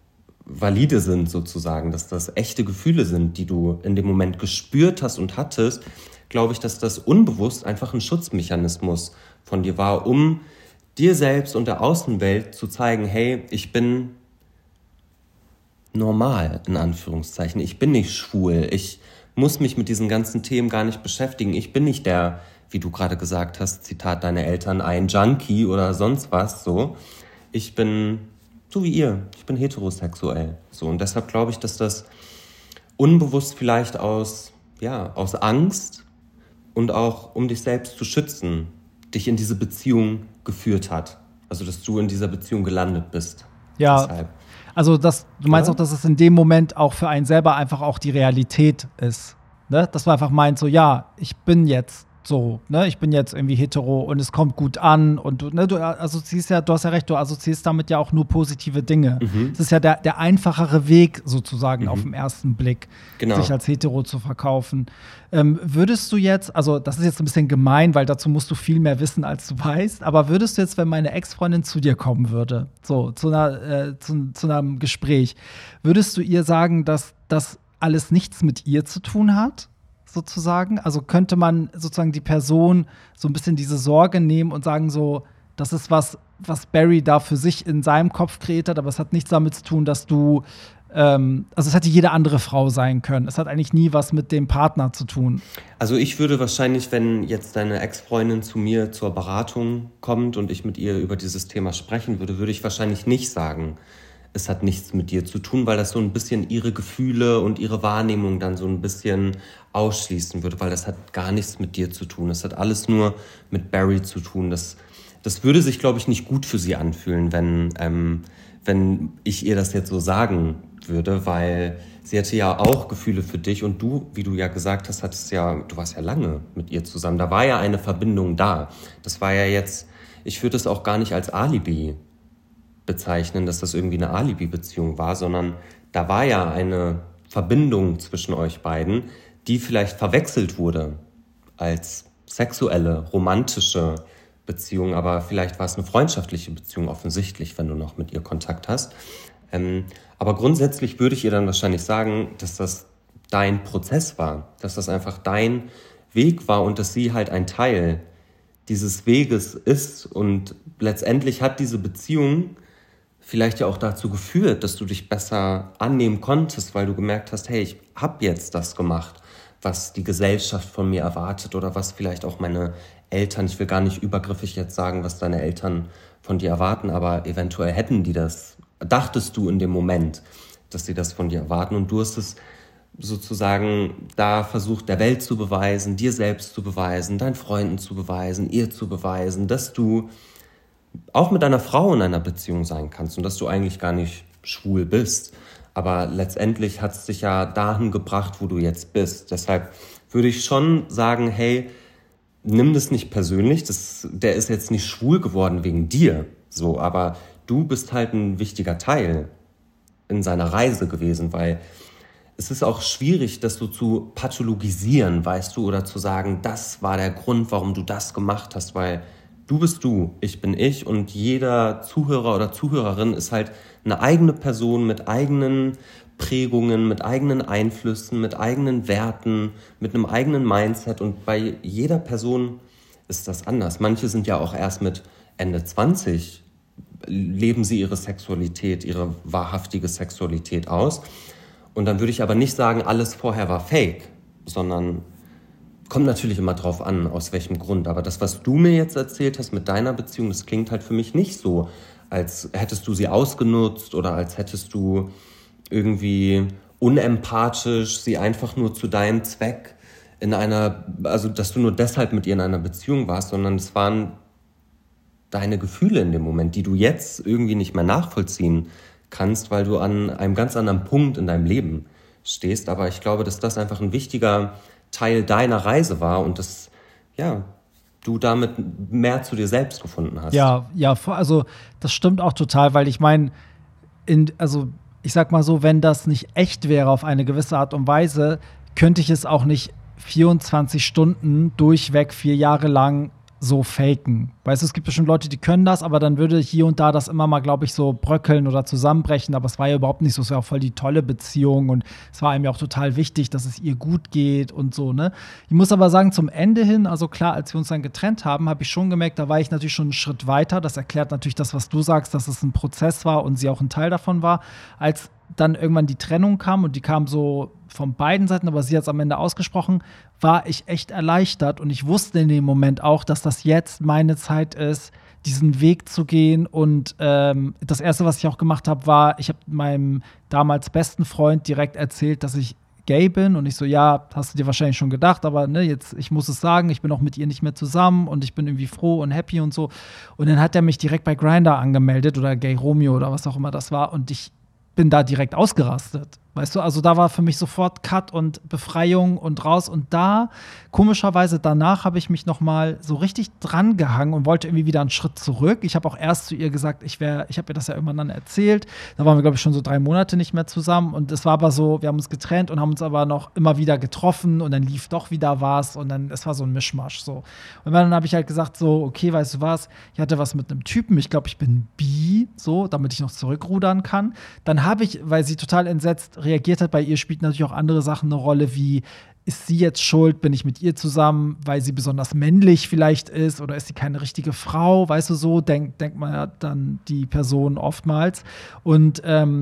valide sind sozusagen, dass das echte Gefühle sind, die du in dem Moment gespürt hast und hattest, glaube ich, dass das unbewusst einfach ein Schutzmechanismus von dir war, um dir selbst und der Außenwelt zu zeigen, hey, ich bin normal, in Anführungszeichen. Ich bin nicht schwul. Ich muss mich mit diesen ganzen Themen gar nicht beschäftigen. Ich bin nicht der, wie du gerade gesagt hast, Zitat deiner Eltern, ein Junkie oder sonst was, so. Ich bin so wie ihr. Ich bin heterosexuell. So. Und deshalb glaube ich, dass das unbewusst vielleicht aus, ja, aus Angst und auch um dich selbst zu schützen, dich in diese Beziehung geführt hat. Also, dass du in dieser Beziehung gelandet bist. Ja, deshalb. Also das, du meinst ja? auch, dass es in dem Moment auch für einen selber einfach auch die Realität ist. Ne? Dass man einfach meint, so ja, ich bin jetzt so, ne, ich bin jetzt irgendwie hetero und es kommt gut an und du, ne, du assoziierst ja, du hast ja recht, du assoziierst damit ja auch nur positive Dinge. Mhm. Es ist ja der, der einfachere Weg sozusagen mhm. auf den ersten Blick, genau. sich als hetero zu verkaufen. Ähm, würdest du jetzt, also das ist jetzt ein bisschen gemein, weil dazu musst du viel mehr wissen, als du weißt, aber würdest du jetzt, wenn meine Ex-Freundin zu dir kommen würde, so, zu, einer, äh, zu, zu einem Gespräch, würdest du ihr sagen, dass das alles nichts mit ihr zu tun hat? Sozusagen, also könnte man sozusagen die Person so ein bisschen diese Sorge nehmen und sagen so, das ist was, was Barry da für sich in seinem Kopf kreiert hat, aber es hat nichts damit zu tun, dass du ähm, also es hätte jede andere Frau sein können. Es hat eigentlich nie was mit dem Partner zu tun. Also ich würde wahrscheinlich, wenn jetzt deine Ex-Freundin zu mir zur Beratung kommt und ich mit ihr über dieses Thema sprechen würde, würde ich wahrscheinlich nicht sagen, es hat nichts mit dir zu tun, weil das so ein bisschen ihre Gefühle und ihre Wahrnehmung dann so ein bisschen ausschließen würde, weil das hat gar nichts mit dir zu tun. Das hat alles nur mit Barry zu tun. Das, das würde sich, glaube ich, nicht gut für sie anfühlen, wenn, ähm, wenn ich ihr das jetzt so sagen würde, weil sie hatte ja auch Gefühle für dich und du, wie du ja gesagt hast, hattest ja, du warst ja lange mit ihr zusammen. Da war ja eine Verbindung da. Das war ja jetzt, ich würde es auch gar nicht als Alibi bezeichnen, dass das irgendwie eine Alibi-Beziehung war, sondern da war ja eine Verbindung zwischen euch beiden, die vielleicht verwechselt wurde als sexuelle, romantische Beziehung, aber vielleicht war es eine freundschaftliche Beziehung offensichtlich, wenn du noch mit ihr Kontakt hast. Ähm, aber grundsätzlich würde ich ihr dann wahrscheinlich sagen, dass das dein Prozess war, dass das einfach dein Weg war und dass sie halt ein Teil dieses Weges ist und letztendlich hat diese Beziehung vielleicht ja auch dazu geführt, dass du dich besser annehmen konntest, weil du gemerkt hast, hey, ich habe jetzt das gemacht, was die Gesellschaft von mir erwartet oder was vielleicht auch meine Eltern, ich will gar nicht übergriffig jetzt sagen, was deine Eltern von dir erwarten, aber eventuell hätten die das, dachtest du in dem Moment, dass sie das von dir erwarten und du hast es sozusagen da versucht, der Welt zu beweisen, dir selbst zu beweisen, deinen Freunden zu beweisen, ihr zu beweisen, dass du auch mit deiner Frau in einer Beziehung sein kannst und dass du eigentlich gar nicht schwul bist. Aber letztendlich hat es dich ja dahin gebracht, wo du jetzt bist. Deshalb würde ich schon sagen, hey, nimm das nicht persönlich. Das, der ist jetzt nicht schwul geworden wegen dir. So, aber du bist halt ein wichtiger Teil in seiner Reise gewesen, weil es ist auch schwierig, das so zu pathologisieren, weißt du, oder zu sagen, das war der Grund, warum du das gemacht hast, weil du bist du, ich bin ich und jeder Zuhörer oder Zuhörerin ist halt eine eigene Person mit eigenen Prägungen, mit eigenen Einflüssen, mit eigenen Werten, mit einem eigenen Mindset und bei jeder Person ist das anders. Manche sind ja auch erst mit Ende zwanzig, leben sie ihre Sexualität, ihre wahrhaftige Sexualität aus und dann würde ich aber nicht sagen, alles vorher war fake, sondern kommt natürlich immer drauf an, aus welchem Grund. Aber das, was du mir jetzt erzählt hast mit deiner Beziehung, das klingt halt für mich nicht so, als hättest du sie ausgenutzt oder als hättest du irgendwie unempathisch sie einfach nur zu deinem Zweck in einer, also dass du nur deshalb mit ihr in einer Beziehung warst, sondern es waren deine Gefühle in dem Moment, die du jetzt irgendwie nicht mehr nachvollziehen kannst, weil du an einem ganz anderen Punkt in deinem Leben stehst. Aber ich glaube, dass das einfach ein wichtiger Teil deiner Reise war und dass, ja, du damit mehr zu dir selbst gefunden hast. Ja, ja, also das stimmt auch total, weil ich meine, in, also ich sag mal so, wenn das nicht echt wäre auf eine gewisse Art und Weise, könnte ich es auch nicht vierundzwanzig Stunden durchweg vier Jahre lang so faken. Weißt du, es gibt bestimmt Leute, die können das, aber dann würde hier und da das immer mal, glaube ich, so bröckeln oder zusammenbrechen. Aber es war ja überhaupt nicht so. Es war auch voll die tolle Beziehung und es war einem ja auch total wichtig, dass es ihr gut geht und so, ne? Ich muss aber sagen, zum Ende hin, also klar, als wir uns dann getrennt haben, habe ich schon gemerkt, da war ich natürlich schon einen Schritt weiter. Das erklärt natürlich das, was du sagst, dass es ein Prozess war und sie auch ein Teil davon war. Als dann irgendwann die Trennung kam und die kam so von beiden Seiten, aber sie hat es am Ende ausgesprochen, war ich echt erleichtert und ich wusste in dem Moment auch, dass das jetzt meine Zeit ist, diesen Weg zu gehen und ähm, das Erste, was ich auch gemacht habe, war, ich habe meinem damals besten Freund direkt erzählt, dass ich gay bin und ich so, ja, hast du dir wahrscheinlich schon gedacht, aber ne, jetzt, ich muss es sagen, ich bin auch mit ihr nicht mehr zusammen und ich bin irgendwie froh und happy und so und dann hat er mich direkt bei Grindr angemeldet oder Gay Romeo oder was auch immer das war und ich bin da direkt ausgerastet. Weißt du, also da war für mich sofort Cut und Befreiung und raus. Und da, komischerweise danach, habe ich mich noch mal so richtig dran gehangen und wollte irgendwie wieder einen Schritt zurück. Ich habe auch erst zu ihr gesagt, ich wäre, ich habe ihr das ja irgendwann dann erzählt. Da waren wir, glaube ich, schon so drei Monate nicht mehr zusammen. Und es war aber so, wir haben uns getrennt und haben uns aber noch immer wieder getroffen. Und dann lief doch wieder was. Und dann, es war so ein Mischmasch. So. Und dann habe ich halt gesagt, so, okay, weißt du was, ich hatte was mit einem Typen. Ich glaube, ich bin bi, so, damit ich noch zurückrudern kann. Dann habe ich, weil sie total entsetzt reagiert hat, bei ihr spielt natürlich auch andere Sachen eine Rolle, wie ist sie jetzt schuld, bin ich mit ihr zusammen, weil sie besonders männlich vielleicht ist oder ist sie keine richtige Frau, weißt du so, denkt denk man ja dann die Person oftmals und ähm,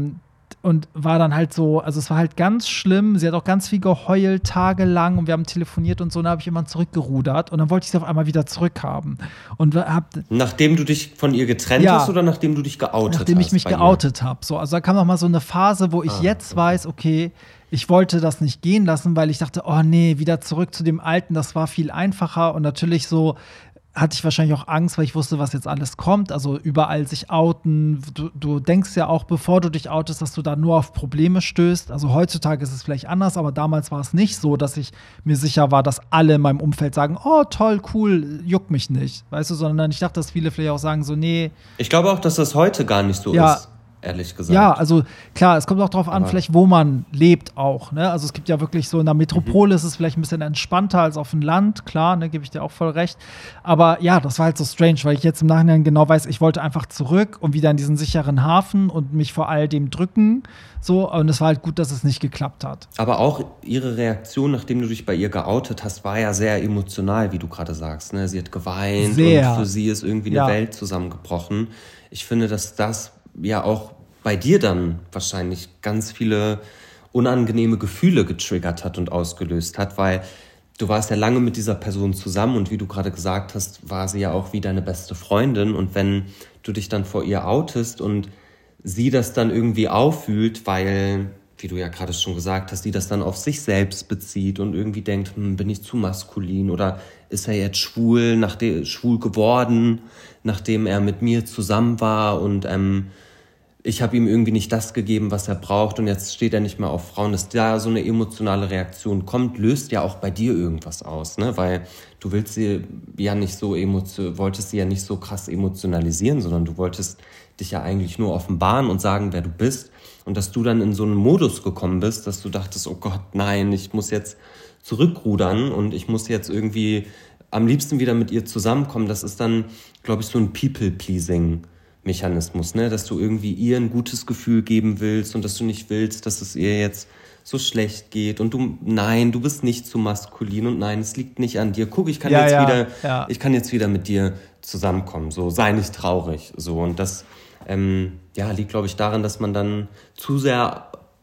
und war dann halt so, also es war halt ganz schlimm. Sie hat auch ganz viel geheult, tagelang, und wir haben telefoniert und so, und dann habe ich immer zurückgerudert und dann wollte ich sie auf einmal wieder zurückhaben. Und hab, nachdem du dich von ihr getrennt ja, hast oder nachdem du dich geoutet hast? Nachdem ich mich geoutet habe. So, also da kam noch mal so eine Phase, wo ich ah, jetzt okay. weiß, okay, ich wollte das nicht gehen lassen, weil ich dachte, oh nee, wieder zurück zu dem Alten, das war viel einfacher. Und natürlich so hatte ich wahrscheinlich auch Angst, weil ich wusste, was jetzt alles kommt. Also überall sich outen. Du, du denkst ja auch, bevor du dich outest, dass du da nur auf Probleme stößt. Also heutzutage ist es vielleicht anders, aber damals war es nicht so, dass ich mir sicher war, dass alle in meinem Umfeld sagen, oh toll, cool, juckt mich nicht. Weißt du, sondern ich dachte, dass viele vielleicht auch sagen so, nee. Ich glaube auch, dass das heute gar nicht so ja, ist. Ehrlich gesagt. Ja, also klar, es kommt auch darauf an, aber vielleicht wo man lebt auch. Ne? Also es gibt ja wirklich so, in der Metropole mhm. ist es vielleicht ein bisschen entspannter als auf dem Land, klar, ne, gebe ich dir auch voll recht. Aber ja, das war halt so strange, weil ich jetzt im Nachhinein genau weiß, ich wollte einfach zurück und wieder in diesen sicheren Hafen und mich vor all dem drücken. So, und es war halt gut, dass es nicht geklappt hat. Aber auch ihre Reaktion, nachdem du dich bei ihr geoutet hast, war ja sehr emotional, wie du gerade sagst. Ne? Sie hat geweint sehr. Und für sie ist irgendwie eine ja. Welt zusammengebrochen. Ich finde, dass das ja auch bei dir dann wahrscheinlich ganz viele unangenehme Gefühle getriggert hat und ausgelöst hat, weil du warst ja lange mit dieser Person zusammen und wie du gerade gesagt hast, war sie ja auch wie deine beste Freundin, und wenn du dich dann vor ihr outest und sie das dann irgendwie auffühlt, weil, wie du ja gerade schon gesagt hast, sie das dann auf sich selbst bezieht und irgendwie denkt, hm, bin ich zu maskulin oder ist er jetzt schwul, nachdem, schwul geworden, nachdem er mit mir zusammen war und ähm, ich habe ihm irgendwie nicht das gegeben, was er braucht, und jetzt steht er nicht mehr auf Frauen, dass da so eine emotionale Reaktion kommt, löst ja auch bei dir irgendwas aus, ne? Weil du willst sie ja nicht so emotio- wolltest sie ja nicht so krass emotionalisieren, sondern du wolltest dich ja eigentlich nur offenbaren und sagen, wer du bist, und dass du dann in so einen Modus gekommen bist, dass du dachtest, oh Gott, nein, ich muss jetzt zurückrudern und ich muss jetzt irgendwie am liebsten wieder mit ihr zusammenkommen. Das ist dann, glaube ich, so ein People-Pleasing Mechanismus, ne? Dass du irgendwie ihr ein gutes Gefühl geben willst und dass du nicht willst, dass es ihr jetzt so schlecht geht und du, nein, du bist nicht zu maskulin und nein, es liegt nicht an dir. Guck, ich kann ja, jetzt ja, wieder, ja. ich kann jetzt wieder mit dir zusammenkommen, so, sei nicht traurig, so, und das, ähm, ja, liegt, glaube ich, daran, dass man dann zu sehr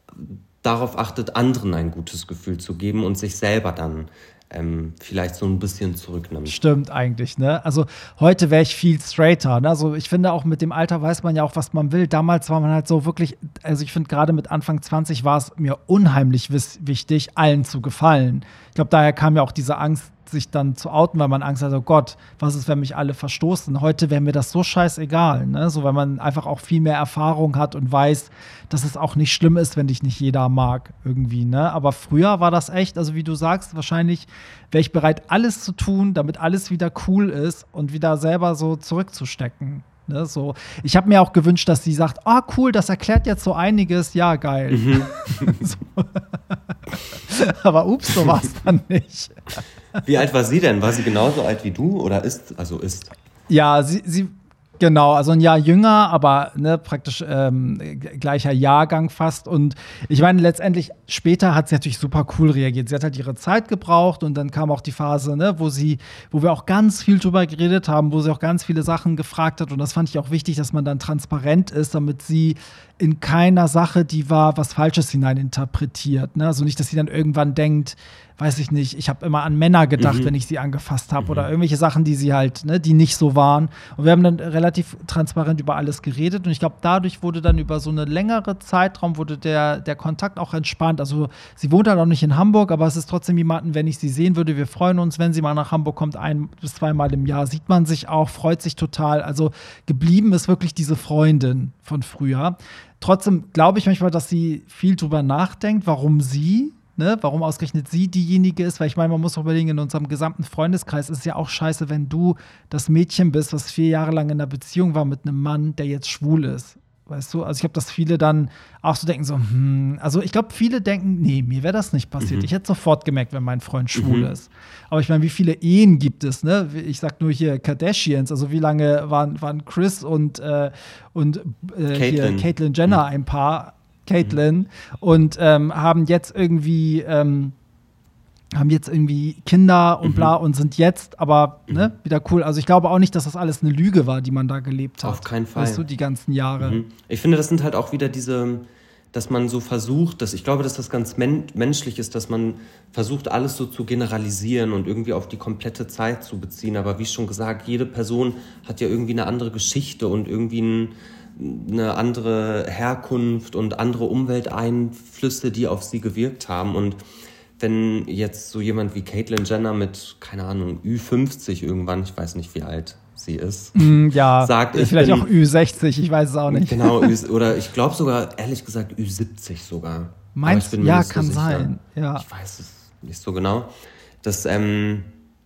darauf achtet, anderen ein gutes Gefühl zu geben und sich selber dann Ähm, vielleicht so ein bisschen zurücknimmt. Stimmt eigentlich, ne? Also heute wäre ich viel straighter, ne? Also ich finde auch mit dem Alter weiß man ja auch, was man will. Damals war man halt so wirklich, also ich finde gerade mit Anfang zwanzig war es mir unheimlich wiss- wichtig, allen zu gefallen. Ich glaube, daher kam ja auch diese Angst, sich dann zu outen, weil man Angst hat, oh Gott, was ist, wenn mich alle verstoßen? Heute wäre mir das so scheißegal, ne? So, weil man einfach auch viel mehr Erfahrung hat und weiß, dass es auch nicht schlimm ist, wenn dich nicht jeder mag irgendwie, ne? Aber früher war das echt, also wie du sagst, wahrscheinlich wäre ich bereit, alles zu tun, damit alles wieder cool ist und wieder selber so zurückzustecken. Ne, so. Ich habe mir auch gewünscht, dass sie sagt, ah, cool, das erklärt jetzt so einiges, ja, geil. Mhm. So. Aber ups, so war es dann nicht. Wie alt war sie denn? War sie genauso alt wie du oder ist, also ist? Ja, sie, sie genau, also ein Jahr jünger, aber ne, praktisch ähm, gleicher Jahrgang fast. Und ich meine, letztendlich später hat sie natürlich super cool reagiert. Sie hat halt ihre Zeit gebraucht und dann kam auch die Phase, ne, wo sie, wo wir auch ganz viel drüber geredet haben, wo sie auch ganz viele Sachen gefragt hat. Und das fand ich auch wichtig, dass man dann transparent ist, damit sie in keiner Sache, die war, was Falsches hineininterpretiert. Ne? Also nicht, dass sie dann irgendwann denkt, weiß ich nicht, ich habe immer an Männer gedacht, mhm. wenn ich sie angefasst habe, mhm. oder irgendwelche Sachen, die sie halt, ne, die nicht so waren. Und wir haben dann relativ transparent über alles geredet und ich glaube, dadurch wurde dann über so eine längere Zeitraum wurde der, der Kontakt auch entspannt. Also sie wohnt halt auch nicht in Hamburg, aber es ist trotzdem jemanden, wenn ich sie sehen würde, wir freuen uns, wenn sie mal nach Hamburg kommt, ein bis zweimal im Jahr, sieht man sich auch, freut sich total. Also geblieben ist wirklich diese Freundin von früher. Trotzdem glaube ich manchmal, dass sie viel drüber nachdenkt, warum sie Ne, warum ausgerechnet sie diejenige ist, weil ich meine, man muss auch überlegen, in unserem gesamten Freundeskreis ist es ja auch scheiße, wenn du das Mädchen bist, was vier Jahre lang in einer Beziehung war mit einem Mann, der jetzt schwul ist. Weißt du, also ich glaube, dass viele dann auch so denken, so, hm, also ich glaube, viele denken, nee, mir wäre das nicht passiert. Mhm. Ich hätte sofort gemerkt, wenn mein Freund schwul mhm. ist. Aber ich meine, wie viele Ehen gibt es, ne? Ich sag nur hier Kardashians, also wie lange waren, waren Chris und, äh, und äh, hier Caitlyn Jenner mhm. ein Paar, Caitlyn, mhm. und ähm, haben jetzt irgendwie ähm, haben jetzt irgendwie Kinder und mhm. bla und sind jetzt aber mhm. ne, wieder cool. Also ich glaube auch nicht, dass das alles eine Lüge war, die man da gelebt hat. Auf keinen Fall. Weißt du, die ganzen Jahre. Mhm. Ich finde, das sind halt auch wieder diese, dass man so versucht, dass ich glaube, dass das ganz men- menschlich ist, dass man versucht, alles so zu generalisieren und irgendwie auf die komplette Zeit zu beziehen. Aber wie schon gesagt, jede Person hat ja irgendwie eine andere Geschichte und irgendwie ein, eine andere Herkunft und andere Umwelteinflüsse, die auf sie gewirkt haben. Und wenn jetzt so jemand wie Caitlyn Jenner mit, keine Ahnung, Ü fünfzig irgendwann, ich weiß nicht, wie alt sie ist, mm, ja, sagt, ich vielleicht bin, auch Ü sechzig, ich weiß es auch nicht. Genau, oder ich glaube sogar, ehrlich gesagt, Ü siebzig sogar. Meinst du? Ja, kann so sein. Ja. Ich weiß es nicht so genau. Dass, ähm,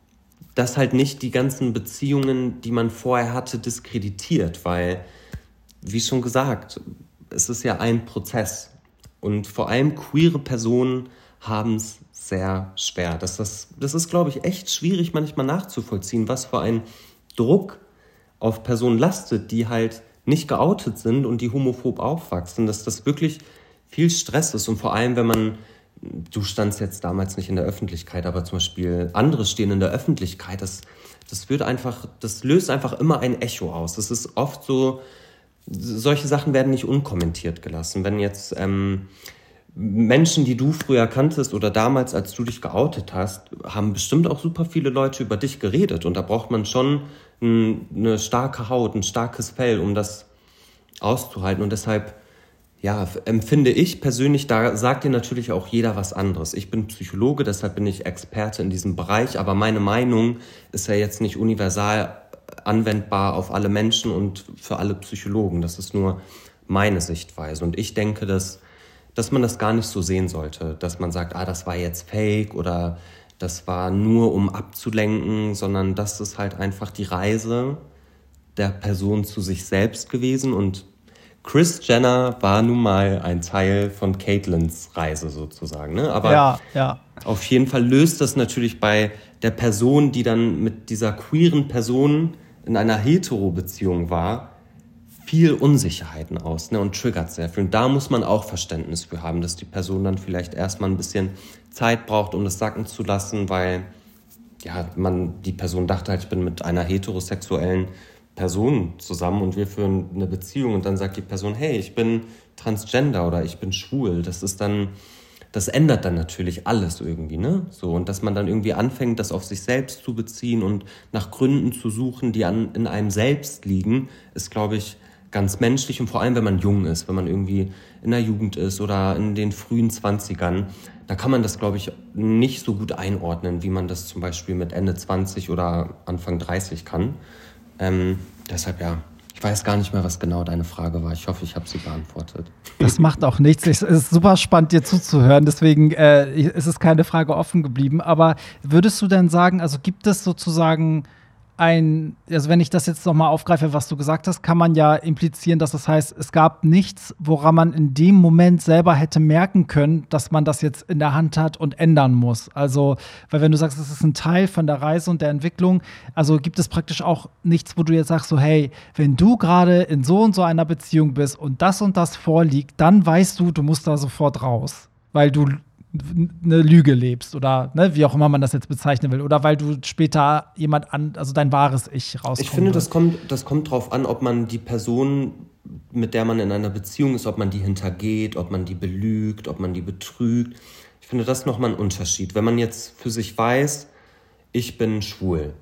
dass halt nicht die ganzen Beziehungen, die man vorher hatte, diskreditiert, weil, wie schon gesagt, es ist ja ein Prozess. Und vor allem queere Personen haben es sehr schwer. Das, das, das ist, glaube ich, echt schwierig manchmal nachzuvollziehen, was für ein Druck auf Personen lastet, die halt nicht geoutet sind und die homophob aufwachsen, dass das wirklich viel Stress ist. Und vor allem, wenn man, du standst jetzt damals nicht in der Öffentlichkeit, aber zum Beispiel andere stehen in der Öffentlichkeit, das, das wird einfach, das löst einfach immer ein Echo aus. Das ist oft so, solche Sachen werden nicht unkommentiert gelassen. Wenn jetzt ähm, Menschen, die du früher kanntest oder damals, als du dich geoutet hast, haben bestimmt auch super viele Leute über dich geredet. Und da braucht man schon ein, eine starke Haut, ein starkes Fell, um das auszuhalten. Und deshalb, ja, empfinde ich persönlich, da sagt dir natürlich auch jeder was anderes. Ich bin Psychologe, deshalb bin ich Experte in diesem Bereich. Aber meine Meinung ist ja jetzt nicht universal anwendbar auf alle Menschen und für alle Psychologen. Das ist nur meine Sichtweise. Und ich denke, dass dass man das gar nicht so sehen sollte, dass man sagt, ah, das war jetzt fake oder das war nur, um abzulenken, sondern das ist halt einfach die Reise der Person zu sich selbst gewesen. Und Kris Jenner war nun mal ein Teil von Caitlyns Reise sozusagen. Ne? Aber ja, ja. Auf jeden Fall löst das natürlich bei der Person, die dann mit dieser queeren Person in einer Hetero-Beziehung war, viel Unsicherheiten aus, ne, und triggert sehr viel. Und da muss man auch Verständnis für haben, dass die Person dann vielleicht erstmal ein bisschen Zeit braucht, um das sacken zu lassen, weil ja, man, die Person dachte halt, ich bin mit einer heterosexuellen Person zusammen und wir führen eine Beziehung und dann sagt die Person, hey, ich bin transgender oder ich bin schwul. Das ist dann, das ändert dann natürlich alles irgendwie, ne? So, und dass man dann irgendwie anfängt, das auf sich selbst zu beziehen und nach Gründen zu suchen, die an, in einem selbst liegen, ist, glaube ich, ganz menschlich und vor allem, wenn man jung ist, wenn man irgendwie in der Jugend ist oder in den frühen Zwanzigern, da kann man das, glaube ich, nicht so gut einordnen, wie man das zum Beispiel mit Ende zwanzig oder Anfang dreißig kann. Ähm, deshalb, ja, ich weiß gar nicht mehr, was genau deine Frage war. Ich hoffe, ich habe sie beantwortet. Das macht auch nichts. Es ist super spannend, dir zuzuhören. Deswegen äh, ist es keine Frage offen geblieben. Aber würdest du denn sagen, also gibt es sozusagen ein, also wenn ich das jetzt nochmal aufgreife, was du gesagt hast, kann man ja implizieren, dass das heißt, es gab nichts, woran man in dem Moment selber hätte merken können, dass man das jetzt in der Hand hat und ändern muss. Also, weil wenn du sagst, es ist ein Teil von der Reise und der Entwicklung, also gibt es praktisch auch nichts, wo du jetzt sagst, so hey, wenn du gerade in so und so einer Beziehung bist und das und das vorliegt, dann weißt du, du musst da sofort raus, weil du eine Lüge lebst oder ne, wie auch immer man das jetzt bezeichnen will oder weil du später jemand an, also dein wahres Ich rauskommt. Ich finde, das kommt, das kommt drauf an, ob man die Person, mit der man in einer Beziehung ist, ob man die hintergeht, ob man die belügt, ob man die betrügt. Ich finde, das ist nochmal ein Unterschied. Wenn man jetzt für sich weiß, ich bin schwul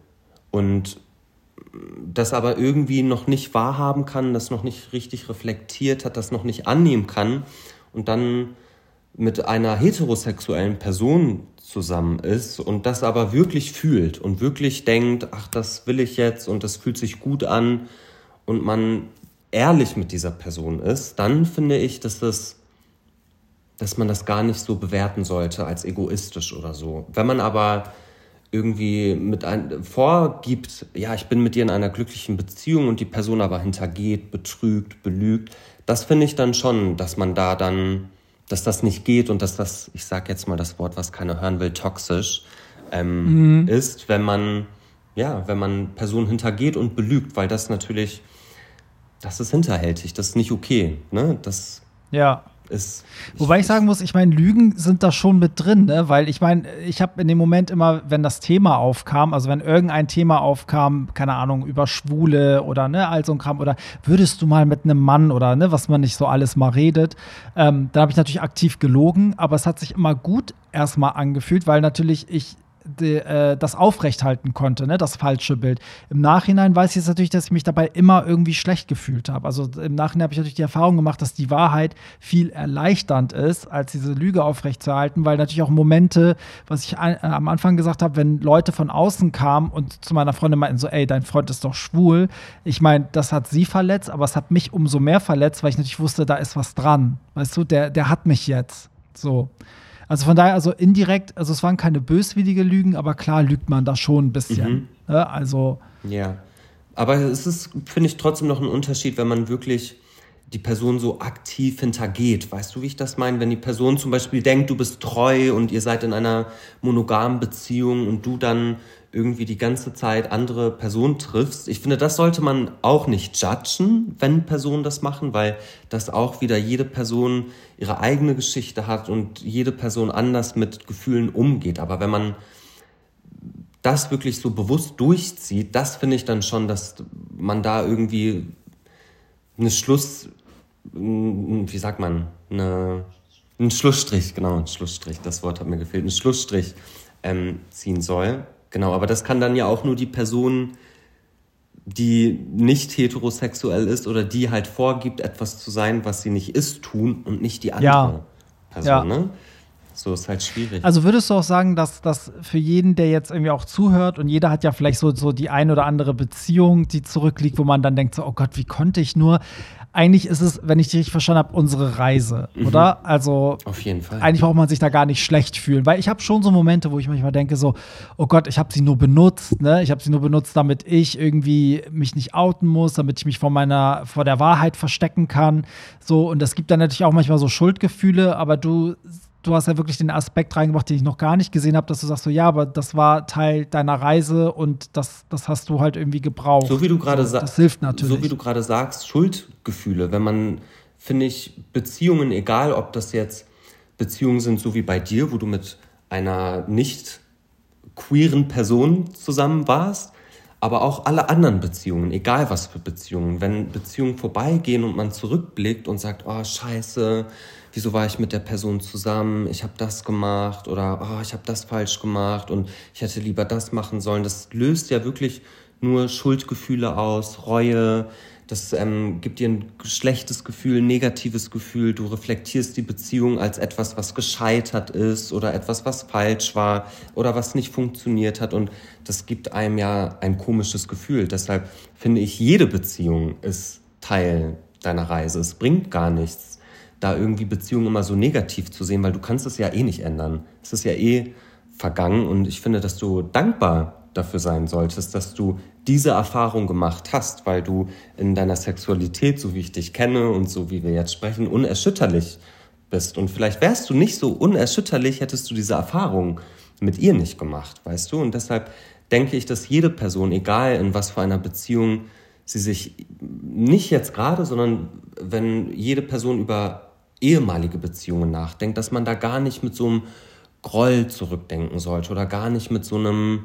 und das aber irgendwie noch nicht wahrhaben kann, das noch nicht richtig reflektiert hat, das noch nicht annehmen kann und dann mit einer heterosexuellen Person zusammen ist und das aber wirklich fühlt und wirklich denkt, ach, das will ich jetzt und das fühlt sich gut an und man ehrlich mit dieser Person ist, dann finde ich, dass das, dass man das gar nicht so bewerten sollte als egoistisch oder so. Wenn man aber irgendwie mit ein, vorgibt, ja, ich bin mit dir in einer glücklichen Beziehung und die Person aber hintergeht, betrügt, belügt, das finde ich dann schon, dass man da dann dass das nicht geht und dass das, ich sag jetzt mal das Wort, was keiner hören will, toxisch ähm, mhm. ist, wenn man, ja, wenn man Personen hintergeht und belügt, weil das natürlich, das ist hinterhältig, das ist nicht okay, ne? Das, ja. ist. Wobei ich sagen muss, ich meine, Lügen sind da schon mit drin, ne? Weil ich meine, ich habe in dem Moment immer, wenn das Thema aufkam, also wenn irgendein Thema aufkam, keine Ahnung, über Schwule oder ne, all so ein Kram, oder würdest du mal mit einem Mann oder ne, was man nicht so alles mal redet, ähm, dann habe ich natürlich aktiv gelogen, aber es hat sich immer gut erstmal angefühlt, weil natürlich ich Die, äh, das aufrechthalten konnte, ne, das falsche Bild. Im Nachhinein weiß ich jetzt natürlich, dass ich mich dabei immer irgendwie schlecht gefühlt habe. Also im Nachhinein habe ich natürlich die Erfahrung gemacht, dass die Wahrheit viel erleichternd ist, als diese Lüge aufrechtzuerhalten, weil natürlich auch Momente, was ich ein, äh, am Anfang gesagt habe, wenn Leute von außen kamen und zu meiner Freundin meinten so, ey, dein Freund ist doch schwul. Ich meine, das hat sie verletzt, aber es hat mich umso mehr verletzt, weil ich natürlich wusste, da ist was dran. Weißt du, der, der hat mich jetzt. So. Also von daher, also indirekt, also es waren keine böswillige Lügen, aber klar lügt man da schon ein bisschen. Mhm. Ne? Also. Ja, aber es ist, finde ich, trotzdem noch ein Unterschied, wenn man wirklich die Person so aktiv hintergeht. Weißt du, wie ich das meine? Wenn die Person zum Beispiel denkt, du bist treu und ihr seid in einer monogamen Beziehung und du dann irgendwie die ganze Zeit andere Personen triffst. Ich finde, das sollte man auch nicht judgen, wenn Personen das machen, weil das auch wieder jede Person ihre eigene Geschichte hat und jede Person anders mit Gefühlen umgeht. Aber wenn man das wirklich so bewusst durchzieht, das finde ich dann schon, dass man da irgendwie eine Schluss, wie sagt man, eine, einen Schlussstrich, genau, ein Schlussstrich, das Wort hat mir gefehlt, einen Schlussstrich ähm, ziehen soll. Genau, aber das kann dann ja auch nur die Person, die nicht heterosexuell ist oder die halt vorgibt, etwas zu sein, was sie nicht ist, tun und nicht die andere ja. Person, ja. ne? So ist halt schwierig. Also würdest du auch sagen, dass das für jeden, der jetzt irgendwie auch zuhört und jeder hat ja vielleicht so, so die ein oder andere Beziehung, die zurückliegt, wo man dann denkt so, oh Gott, wie konnte ich nur? Eigentlich ist es, wenn ich dich richtig verstanden habe, unsere Reise, mhm. oder? Also auf jeden Fall. Eigentlich braucht man sich da gar nicht schlecht fühlen, weil ich habe schon so Momente, wo ich manchmal denke so, oh Gott, ich habe sie nur benutzt, ne? Ich habe sie nur benutzt, damit ich irgendwie mich nicht outen muss, damit ich mich vor meiner, vor der Wahrheit verstecken kann. So, und das gibt dann natürlich auch manchmal so Schuldgefühle, aber du Du hast ja wirklich den Aspekt reingebracht, den ich noch gar nicht gesehen habe, dass du sagst so, ja, aber das war Teil deiner Reise und das, das hast du halt irgendwie gebraucht. So wie du gerade so, sagst, das hilft natürlich. So wie du gerade sagst, Schuldgefühle, wenn man, finde ich, Beziehungen, egal ob das jetzt Beziehungen sind, so wie bei dir, wo du mit einer nicht queeren Person zusammen warst, aber auch alle anderen Beziehungen, egal was für Beziehungen, wenn Beziehungen vorbeigehen und man zurückblickt und sagt, oh scheiße, wieso war ich mit der Person zusammen, ich habe das gemacht oder oh, ich habe das falsch gemacht und ich hätte lieber das machen sollen. Das löst ja wirklich nur Schuldgefühle aus, Reue, das ähm, gibt dir ein schlechtes Gefühl, ein negatives Gefühl, du reflektierst die Beziehung als etwas, was gescheitert ist oder etwas, was falsch war oder was nicht funktioniert hat und das gibt einem ja ein komisches Gefühl. Deshalb finde ich, jede Beziehung ist Teil deiner Reise. Es bringt gar nichts, da irgendwie Beziehungen immer so negativ zu sehen, weil du kannst es ja eh nicht ändern. Es ist ja eh vergangen und ich finde, dass du dankbar dafür sein solltest, dass du diese Erfahrung gemacht hast, weil du in deiner Sexualität, so wie ich dich kenne und so wie wir jetzt sprechen, unerschütterlich bist. Und vielleicht wärst du nicht so unerschütterlich, hättest du diese Erfahrung mit ihr nicht gemacht, weißt du? Und deshalb denke ich, dass jede Person, egal in was für einer Beziehung sie sich nicht jetzt gerade, sondern wenn jede Person über ehemalige Beziehungen nachdenkt, dass man da gar nicht mit so einem Groll zurückdenken sollte oder gar nicht mit so einem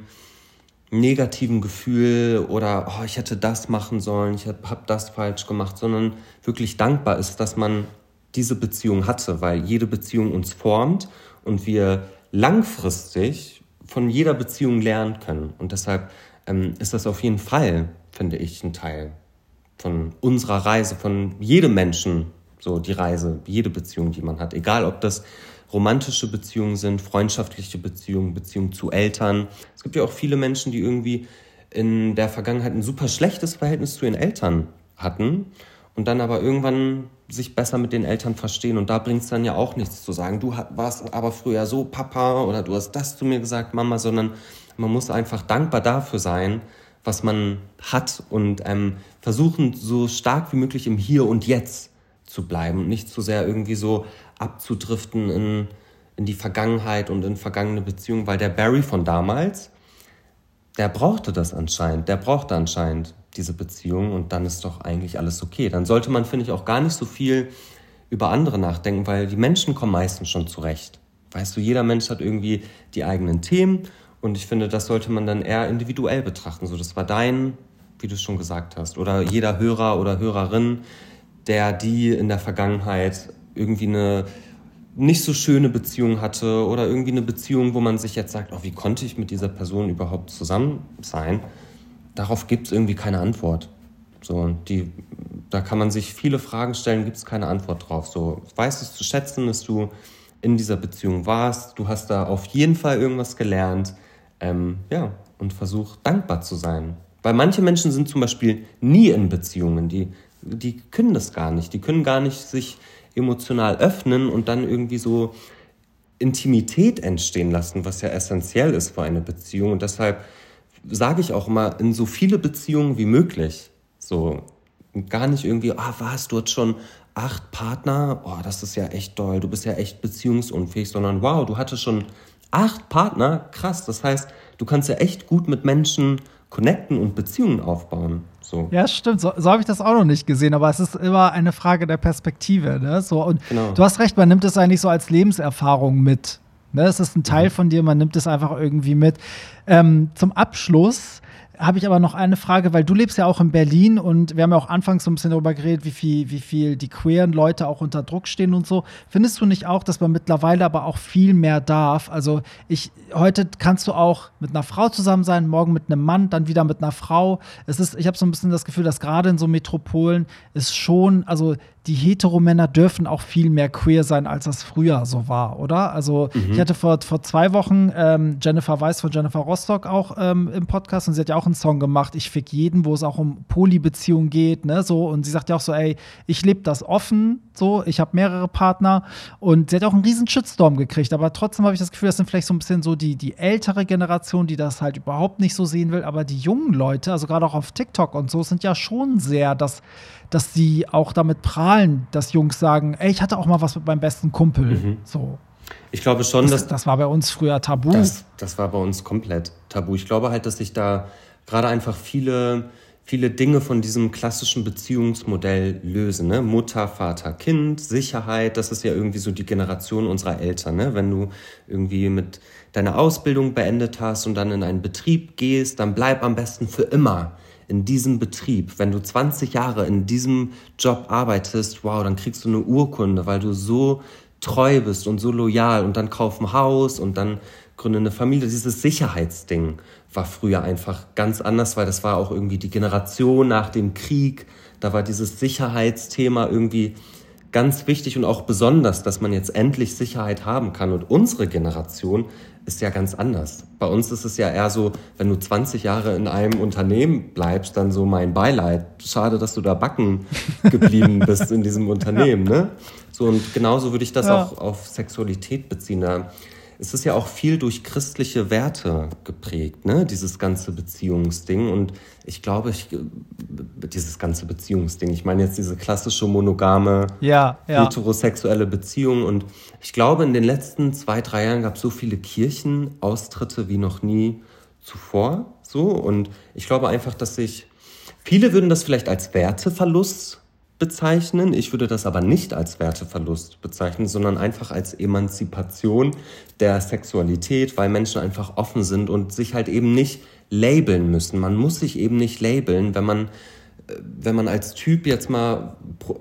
negativen Gefühl oder oh, ich hätte das machen sollen, ich habe das falsch gemacht, sondern wirklich dankbar ist, dass man diese Beziehung hatte, weil jede Beziehung uns formt und wir langfristig von jeder Beziehung lernen können. Und deshalb ähm, ist das auf jeden Fall, finde ich, ein Teil von unserer Reise, von jedem Menschen, so die Reise, jede Beziehung, die man hat, egal ob das romantische Beziehungen sind, freundschaftliche Beziehungen, Beziehungen zu Eltern. Es gibt ja auch viele Menschen, die irgendwie in der Vergangenheit ein super schlechtes Verhältnis zu ihren Eltern hatten und dann aber irgendwann sich besser mit den Eltern verstehen. Und da bringt es dann ja auch nichts zu sagen, du warst aber früher so Papa oder du hast das zu mir gesagt, Mama, sondern man muss einfach dankbar dafür sein, was man hat und ähm, versuchen, so stark wie möglich im Hier und Jetzt zu bleiben und nicht zu sehr irgendwie so abzudriften in, in die Vergangenheit und in vergangene Beziehungen, weil der Barry von damals, der brauchte das anscheinend, der brauchte anscheinend diese Beziehung und dann ist doch eigentlich alles okay. Dann sollte man, finde ich, auch gar nicht so viel über andere nachdenken, weil die Menschen kommen meistens schon zurecht. Weißt du, jeder Mensch hat irgendwie die eigenen Themen und ich finde, das sollte man dann eher individuell betrachten. So, das war dein, wie du es schon gesagt hast, oder jeder Hörer oder Hörerin, der die in der Vergangenheit irgendwie eine nicht so schöne Beziehung hatte oder irgendwie eine Beziehung, wo man sich jetzt sagt, oh, wie konnte ich mit dieser Person überhaupt zusammen sein? Darauf gibt es irgendwie keine Antwort. So, die, da kann man sich viele Fragen stellen, gibt es keine Antwort drauf. So, weißt es zu schätzen, dass du in dieser Beziehung warst, du hast da auf jeden Fall irgendwas gelernt, ähm, ja, und versuch dankbar zu sein. Weil manche Menschen sind zum Beispiel nie in Beziehungen, die, die können das gar nicht, die können gar nicht sich emotional öffnen und dann irgendwie so Intimität entstehen lassen, was ja essentiell ist für eine Beziehung. Und deshalb sage ich auch immer, in so viele Beziehungen wie möglich. So, gar nicht irgendwie, ah, was, du hast schon acht Partner? Oh, das ist ja echt doll, du bist ja echt beziehungsunfähig. Sondern, wow, du hattest schon acht Partner? Krass, das heißt, du kannst ja echt gut mit Menschen connecten und Beziehungen aufbauen. So. Ja, stimmt. So, so habe ich das auch noch nicht gesehen, aber es ist immer eine Frage der Perspektive. Ne? So, und genau. Du hast recht, man nimmt es eigentlich so als Lebenserfahrung mit. Ne? Es ist ein Teil von dir, man nimmt es einfach irgendwie mit. Ähm, zum Abschluss habe ich aber noch eine Frage, weil du lebst ja auch in Berlin und wir haben ja auch anfangs so ein bisschen darüber geredet, wie viel, wie viel die queeren Leute auch unter Druck stehen und so. Findest du nicht auch, dass man mittlerweile aber auch viel mehr darf? Also ich, heute kannst du auch mit einer Frau zusammen sein, morgen mit einem Mann, dann wieder mit einer Frau. Es ist, ich habe so ein bisschen das Gefühl, dass gerade in so Metropolen ist schon, also die Heteromänner dürfen auch viel mehr queer sein, als das früher so war, oder? Also mhm. ich hatte vor, vor zwei Wochen ähm, Jennifer Weiss von Jennifer Rostock auch ähm, im Podcast und sie hat ja auch einen Song gemacht, Ich fick jeden, wo es auch um Polybeziehungen geht, ne, so, und sie sagt ja auch so, ey, ich lebe das offen, so, ich habe mehrere Partner und sie hat auch einen riesen Shitstorm gekriegt, aber trotzdem habe ich das Gefühl, das sind vielleicht so ein bisschen so die, die ältere Generation, die das halt überhaupt nicht so sehen will, aber die jungen Leute, also gerade auch auf TikTok und so, sind ja schon sehr, dass dass sie auch damit prahlen, dass Jungs sagen, ey, ich hatte auch mal was mit meinem besten Kumpel. Mhm. So. Ich glaube schon, das, dass... Das war bei uns früher tabu. Das, das war bei uns komplett tabu. Ich glaube halt, dass sich da gerade einfach viele, viele Dinge von diesem klassischen Beziehungsmodell lösen. Ne? Mutter, Vater, Kind, Sicherheit, das ist ja irgendwie so die Generation unserer Eltern. Ne? Wenn du irgendwie mit deiner Ausbildung beendet hast und dann in einen Betrieb gehst, dann bleib am besten für immer in diesem Betrieb. Wenn du zwanzig Jahre in diesem Job arbeitest, wow, dann kriegst du eine Urkunde, weil du so treu bist und so loyal und dann kauf ein Haus und dann gründe eine Familie. Dieses Sicherheitsding war früher einfach ganz anders, weil das war auch irgendwie die Generation nach dem Krieg. Da war dieses Sicherheitsthema irgendwie ganz wichtig und auch besonders, dass man jetzt endlich Sicherheit haben kann. Und unsere Generation ist ja ganz anders. Bei uns ist es ja eher so, wenn du zwanzig Jahre in einem Unternehmen bleibst, dann so mein Beileid. Schade, dass du da backen geblieben bist in diesem Unternehmen. Ne? So, und genauso würde ich das ja. auch auf Sexualität beziehen. Da es ist ja auch viel durch christliche Werte geprägt, ne? Dieses ganze Beziehungsding. Und ich glaube, ich, dieses ganze Beziehungsding, ich meine jetzt diese klassische monogame, ja, ja. heterosexuelle Beziehung. Und ich glaube, in den letzten zwei, drei Jahren gab es so viele Kirchenaustritte wie noch nie zuvor. So. Und ich glaube einfach, dass sich, viele würden das vielleicht als Werteverlust bezeichnen. Ich würde das aber nicht als Werteverlust bezeichnen, sondern einfach als Emanzipation der Sexualität, weil Menschen einfach offen sind und sich halt eben nicht labeln müssen. Man muss sich eben nicht labeln, wenn man, wenn man als Typ jetzt mal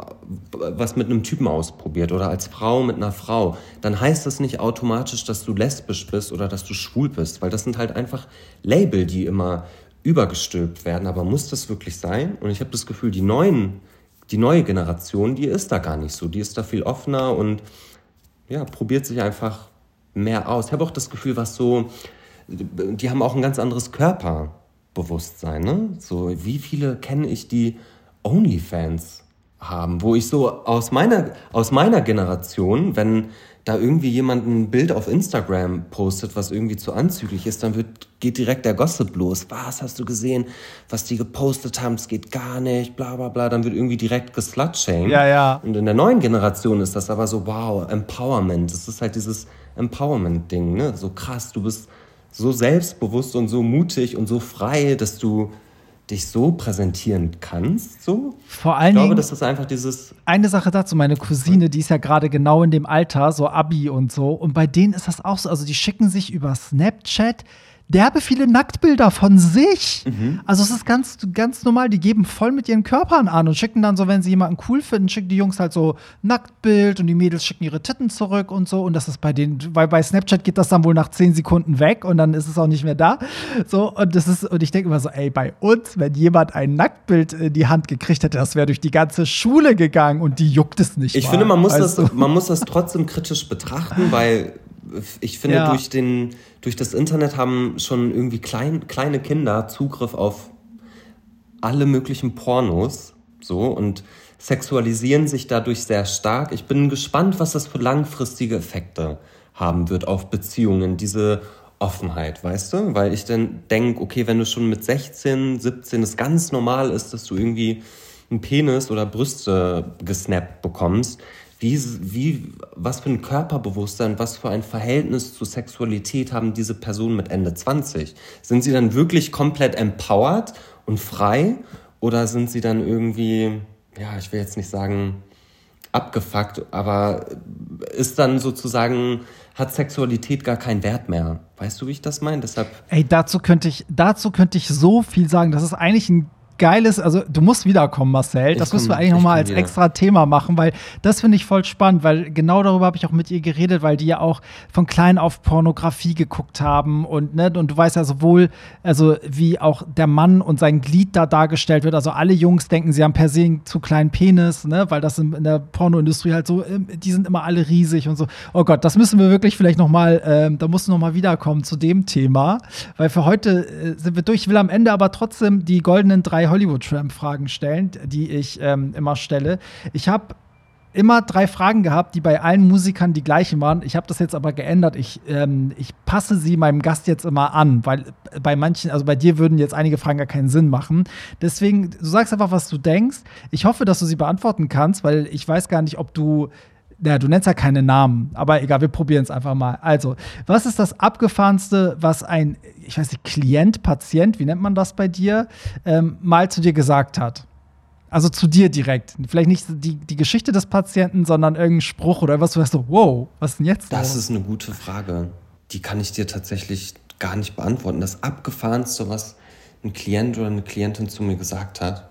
was mit einem Typen ausprobiert oder als Frau mit einer Frau, dann heißt das nicht automatisch, dass du lesbisch bist oder dass du schwul bist, weil das sind halt einfach Label, die immer übergestülpt werden. Aber muss das wirklich sein? Und ich habe das Gefühl, die neuen Die neue Generation, die ist da gar nicht so. Die ist da viel offener und ja, probiert sich einfach mehr aus. Ich habe auch das Gefühl, was so, die haben auch ein ganz anderes Körperbewusstsein. Ne? So, wie viele kenne ich, die OnlyFans haben, wo ich so aus meiner, aus meiner Generation, wenn da irgendwie jemand ein Bild auf Instagram postet, was irgendwie zu anzüglich ist, dann wird, geht direkt der Gossip los. Was, hast du gesehen, was die gepostet haben? Es geht gar nicht, bla bla bla. Dann wird irgendwie direkt geslutshamed. Ja, ja. Und in der neuen Generation ist das aber so, wow, Empowerment. Das ist halt dieses Empowerment-Ding, ne? So krass, du bist so selbstbewusst und so mutig und so frei, dass du dich so präsentieren kannst, so. Vor allen ich glaube, Dingen, das ist einfach dieses. Eine Sache dazu, meine Cousine, die ist ja gerade genau in dem Alter, so Abi und so. Und bei denen ist das auch so. Also die schicken sich über Snapchat derbe viele Nacktbilder von sich. Mhm. Also es ist ganz, ganz normal. Die geben voll mit ihren Körpern an und schicken dann so, wenn sie jemanden cool finden, schicken die Jungs halt so Nacktbild und die Mädels schicken ihre Titten zurück und so. Und das ist bei denen, weil bei Snapchat geht das dann wohl nach zehn Sekunden weg und dann ist es auch nicht mehr da. So, und das ist, und ich denke immer so, ey, bei uns, wenn jemand ein Nacktbild in die Hand gekriegt hätte, das wäre durch die ganze Schule gegangen und die juckt es nicht. Ich mal, finde, man muss, weißt das, du? man muss das trotzdem kritisch betrachten, weil ich finde, Ja. durch, den, durch das Internet haben schon irgendwie klein, kleine Kinder Zugriff auf alle möglichen Pornos so und sexualisieren sich dadurch sehr stark. Ich bin gespannt, was das für langfristige Effekte haben wird auf Beziehungen, diese Offenheit, weißt du? Weil ich dann denke, okay, wenn du schon mit sechzehn, siebzehn es ganz normal ist, dass du irgendwie einen Penis oder Brüste gesnappt bekommst, Wie, wie, was für ein Körperbewusstsein, was für ein Verhältnis zur Sexualität haben diese Personen mit Ende zwanzig? Sind sie dann wirklich komplett empowered und frei? Oder sind sie dann irgendwie, ja, ich will jetzt nicht sagen abgefuckt, aber ist dann sozusagen, hat Sexualität gar keinen Wert mehr? Weißt du, wie ich das meine? Deshalb. Ey, dazu könnte ich, dazu könnte ich so viel sagen. Das ist eigentlich ein geiles, also du musst wiederkommen, Marcel. Das Ich komm- müssen wir eigentlich ich nochmal komm als wieder. extra Thema machen, weil das finde ich voll spannend, weil genau darüber habe ich auch mit ihr geredet, weil die ja auch von klein auf Pornografie geguckt haben und ne, und du weißt ja sowohl, also wie auch der Mann und sein Glied da dargestellt wird. Also alle Jungs denken, sie haben per se einen zu kleinen Penis, ne, weil das in, in der Pornoindustrie halt so, ähm, die sind immer alle riesig und so. Oh Gott, das müssen wir wirklich vielleicht nochmal, ähm, da musst du nochmal wiederkommen zu dem Thema, weil für heute äh, sind wir durch. Ich will am Ende aber trotzdem die goldenen drei Hollywood-Tramp-Fragen stellen, die ich ähm, immer stelle. Ich habe immer drei Fragen gehabt, die bei allen Musikern die gleichen waren. Ich habe das jetzt aber geändert. Ich, ähm, ich passe sie meinem Gast jetzt immer an, weil bei manchen, also bei dir würden jetzt einige Fragen gar keinen Sinn machen. Deswegen, du sagst einfach, was du denkst. Ich hoffe, dass du sie beantworten kannst, weil ich weiß gar nicht, ob du Ja, du nennst ja keine Namen, aber egal, wir probieren es einfach mal. Also, was ist das Abgefahrenste, was ein, ich weiß nicht, Klient, Patient, wie nennt man das bei dir, ähm, mal zu dir gesagt hat? Also zu dir direkt. Vielleicht nicht die, die Geschichte des Patienten, sondern irgendein Spruch oder was, du sagst so, wow, was ist denn jetzt Das los? ist eine gute Frage. Die kann ich dir tatsächlich gar nicht beantworten. Das Abgefahrenste, was ein Klient oder eine Klientin zu mir gesagt hat,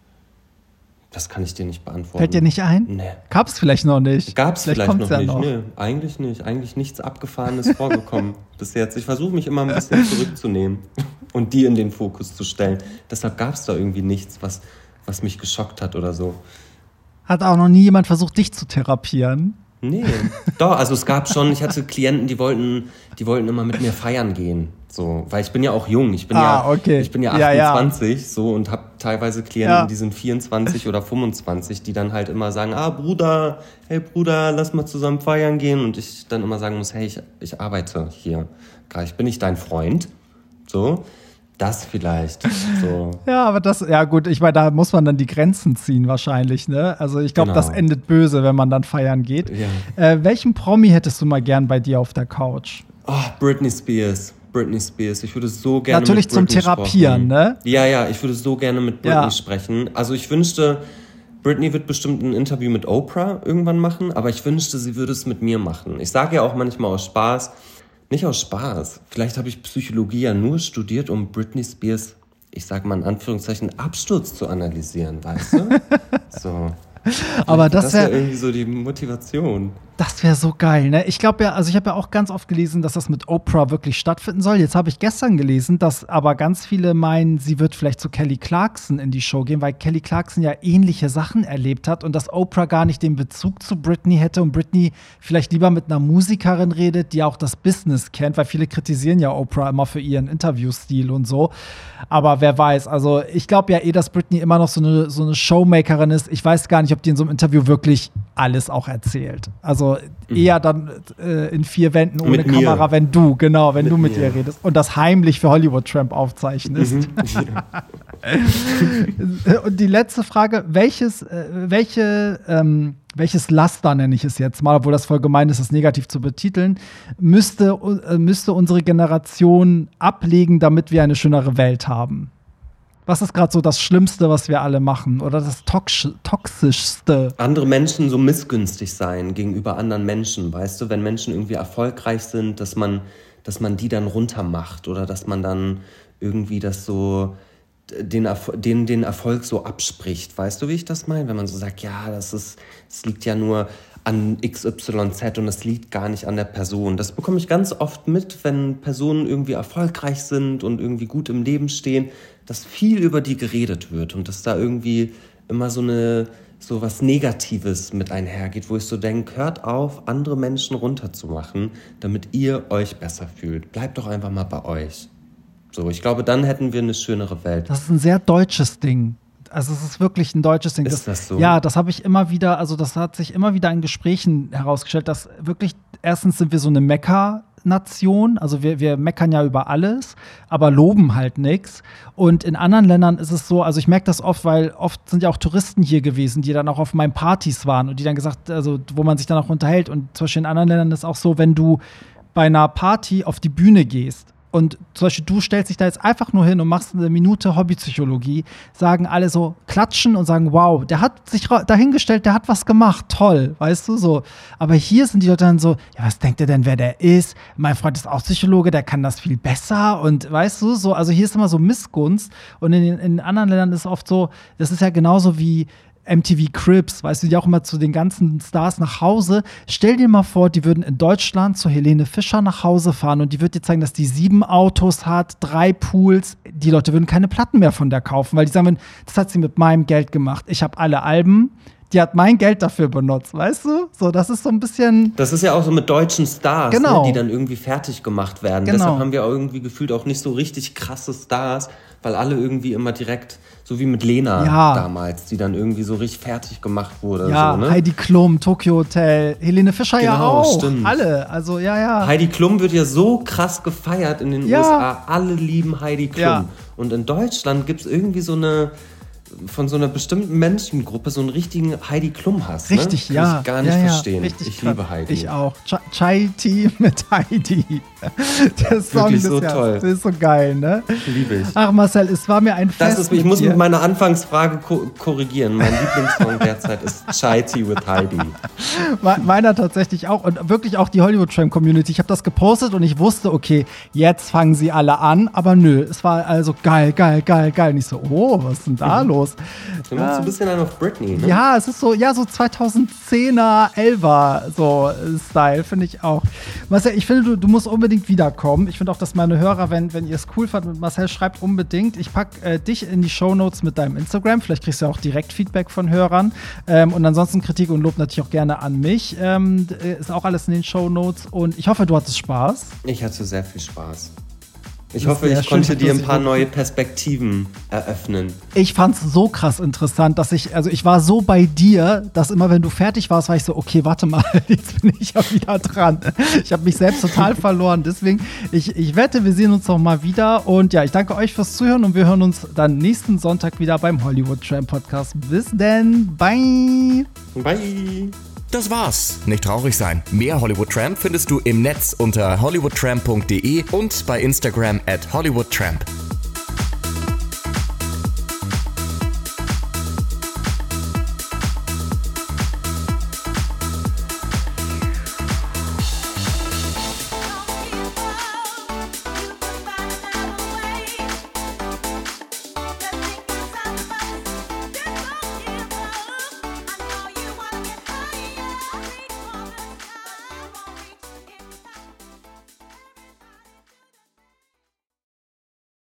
das kann ich dir nicht beantworten. Fällt dir nicht ein? Nee. Gab's vielleicht noch nicht. Gab's vielleicht, kommt's noch ja nicht. noch. Nee, eigentlich nicht. Eigentlich nichts Abgefahrenes vorgekommen bis jetzt. Ich versuche mich immer ein bisschen zurückzunehmen und die in den Fokus zu stellen. Deshalb gab es da irgendwie nichts, was, was mich geschockt hat oder so. Hat auch noch nie jemand versucht, dich zu therapieren? Nee, doch, also es gab schon, ich hatte Klienten, die wollten, die wollten immer mit mir feiern gehen, so, weil ich bin ja auch jung, ich bin Ah, ja, okay. ich bin ja Ja, ja. achtundzwanzig, so, und habe teilweise Klienten, Ja. die sind vierundzwanzig oder fünfundzwanzig, die dann halt immer sagen, ah Bruder, hey Bruder, lass mal zusammen feiern gehen, und ich dann immer sagen muss, hey, ich, ich arbeite hier, gerade, ich bin nicht dein Freund, so. Das vielleicht. So. Ja, aber das, ja gut, ich meine, da muss man dann die Grenzen ziehen wahrscheinlich, ne? Also ich glaube, Genau. das endet böse, wenn man dann feiern geht. Ja. Äh, welchen Promi hättest du mal gern bei dir auf der Couch? Oh, Britney Spears. Britney Spears. Ich würde so gerne Natürlich mit zum Britney Therapieren, sprechen. ne? Ja, ja, ich würde so gerne mit Britney Ja. sprechen. Also ich wünschte, Britney wird bestimmt ein Interview mit Oprah irgendwann machen, aber ich wünschte, sie würde es mit mir machen. Ich sage ja auch manchmal aus Spaß, nicht aus Spaß. Vielleicht habe ich Psychologie ja nur studiert, um Britney Spears, ich sage mal in Anführungszeichen, Absturz zu analysieren, weißt du? So. Aber das Das wäre wäre irgendwie so die Motivation. das wär so geil, ne? Ich glaube ja, also ich habe ja auch ganz oft gelesen, dass das mit Oprah wirklich stattfinden soll. Jetzt habe ich gestern gelesen, dass aber ganz viele meinen, sie wird vielleicht zu Kelly Clarkson in die Show gehen, weil Kelly Clarkson ja ähnliche Sachen erlebt hat und dass Oprah gar nicht den Bezug zu Britney hätte und Britney vielleicht lieber mit einer Musikerin redet, die auch das Business kennt, weil viele kritisieren ja Oprah immer für ihren Interviewstil und so. Aber wer weiß, also ich glaube ja eh, dass Britney immer noch so eine, so eine Showmakerin ist. Ich weiß gar nicht, ob die in so einem Interview wirklich alles auch erzählt. Also eher dann äh, in vier Wänden ohne Mit mir. Kamera, wenn du, genau, wenn Mit du mit mir. ihr redest und das heimlich für Hollywood Tramp aufzeichnest. Mhm. Und die letzte Frage, welches, äh, welche, ähm, welches Laster, nenne ich es jetzt mal, obwohl das voll gemein ist, das negativ zu betiteln, müsste, äh, müsste unsere Generation ablegen, damit wir eine schönere Welt haben? Was ist gerade so das Schlimmste, was wir alle machen? Oder das Tox- Toxischste? Andere Menschen so missgünstig sein gegenüber anderen Menschen. Weißt du, wenn Menschen irgendwie erfolgreich sind, dass man, dass man die dann runtermacht oder dass man dann irgendwie das so, den, Erf- den, den Erfolg so abspricht. Weißt du, wie ich das meine? Wenn man so sagt, ja, das ist, das liegt ja nur an X Y Z und es liegt gar nicht an der Person. Das bekomme ich ganz oft mit, wenn Personen irgendwie erfolgreich sind und irgendwie gut im Leben stehen, dass viel über die geredet wird und dass da irgendwie immer so eine so was Negatives mit einhergeht, wo ich so denke, hört auf, andere Menschen runterzumachen, damit ihr euch besser fühlt. Bleibt doch einfach mal bei euch. So, ich glaube, dann hätten wir eine schönere Welt. Das ist ein sehr deutsches Ding. Also es ist wirklich ein deutsches Ding. Ist das so? Ja, das habe ich immer wieder, also das hat sich immer wieder in Gesprächen herausgestellt, dass wirklich, erstens sind wir so eine Mecker-Nation, also wir, wir meckern ja über alles, aber loben halt nichts. Und in anderen Ländern ist es so, also ich merke das oft, weil oft sind ja auch Touristen hier gewesen, die dann auch auf meinen Partys waren und die dann gesagt, also wo man sich dann auch unterhält. Und zum Beispiel in anderen Ländern ist es auch so, wenn du bei einer Party auf die Bühne gehst, und zum Beispiel, du stellst dich da jetzt einfach nur hin und machst eine Minute Hobbypsychologie, sagen alle so, klatschen und sagen, wow, der hat sich dahingestellt, der hat was gemacht, toll, weißt du, so. Aber hier sind die Leute dann so, ja, was denkt ihr denn, wer der ist? Mein Freund ist auch Psychologe, der kann das viel besser und weißt du, so, also hier ist immer so Missgunst und in den in anderen Ländern ist es oft so, das ist ja genauso wie M T V Cribs, weißt du, die auch immer zu den ganzen Stars nach Hause. Stell dir mal vor, die würden in Deutschland zu Helene Fischer nach Hause fahren und die würde dir zeigen, dass die sieben Autos hat, drei Pools. Die Leute würden keine Platten mehr von der kaufen, weil die sagen, das hat sie mit meinem Geld gemacht. Ich habe alle Alben, die hat mein Geld dafür benutzt, weißt du? So, das ist so ein bisschen. Das ist ja auch so mit deutschen Stars, genau. ne, die dann irgendwie fertig gemacht werden. Genau. Deshalb haben wir auch irgendwie gefühlt auch nicht so richtig krasse Stars, weil alle irgendwie immer direkt, so wie mit Lena ja. damals, die dann irgendwie so richtig fertig gemacht wurde. Ja, so, ne? Heidi Klum, Tokyo Hotel, Helene Fischer genau, ja auch. Stimmt. Alle, also ja, ja. Heidi Klum wird ja so krass gefeiert in den ja. U S A. Alle lieben Heidi Klum. Ja. Und in Deutschland gibt es irgendwie so eine, von so einer bestimmten Menschengruppe so einen richtigen Heidi Klum-Hass. Richtig, ne? ja. Kann ich gar nicht ja, ja. verstehen. Richtig ich krass. liebe Heidi. Ich auch. Ch- Chai Tea mit Heidi. Der Song Wirklich des so Jahres. toll. Das ist so geil, ne? Liebe ich. Ach Marcel, es war mir ein Fest. Das ist, ich mit muss dir. mit meiner Anfangsfrage ko- korrigieren. Mein Lieblingssong derzeit ist Chai Tea with Heidi. Me- Meiner tatsächlich auch. Und wirklich auch die Hollywood Tramp Community. Ich habe das gepostet und ich wusste, okay, jetzt fangen sie alle an. Aber nö, es war also geil, geil, geil, geil. Und ich so, oh, was ist denn da Mhm. los? Du machst so ein bisschen einen auf Britney, ne? Ja, es ist so, ja, so zweitausendzehner, elfer so äh, Style, finde ich auch. Marcel, ich finde, du, du musst unbedingt wiederkommen. Ich finde auch, dass meine Hörer, wenn, wenn ihr es cool fandet mit Marcel, schreibt unbedingt. Ich packe äh, dich in die Shownotes mit deinem Instagram. Vielleicht kriegst du ja auch direkt Feedback von Hörern. Ähm, und ansonsten Kritik und Lob natürlich auch gerne an mich. Ähm, ist auch alles in den Shownotes. Und ich hoffe, du hattest Spaß. Ich hatte sehr viel Spaß. Ich Das hoffe, ist sehr ich schön, konnte dass dir du ein paar sie- neue Perspektiven eröffnen. Ich fand's so krass interessant, dass ich, also ich war so bei dir, dass immer, wenn du fertig warst, war ich so, okay, warte mal, jetzt bin ich ja wieder dran. Ich habe mich selbst total verloren. Deswegen, ich, ich wette, wir sehen uns noch mal wieder. Und ja, ich danke euch fürs Zuhören und wir hören uns dann nächsten Sonntag wieder beim Hollywood Tramp Podcast. Bis denn, bye! Bye! Das war's. Nicht traurig sein. Mehr Hollywood Tramp findest du im Netz unter hollywoodtramp punkt de und bei Instagram at hollywoodtramp.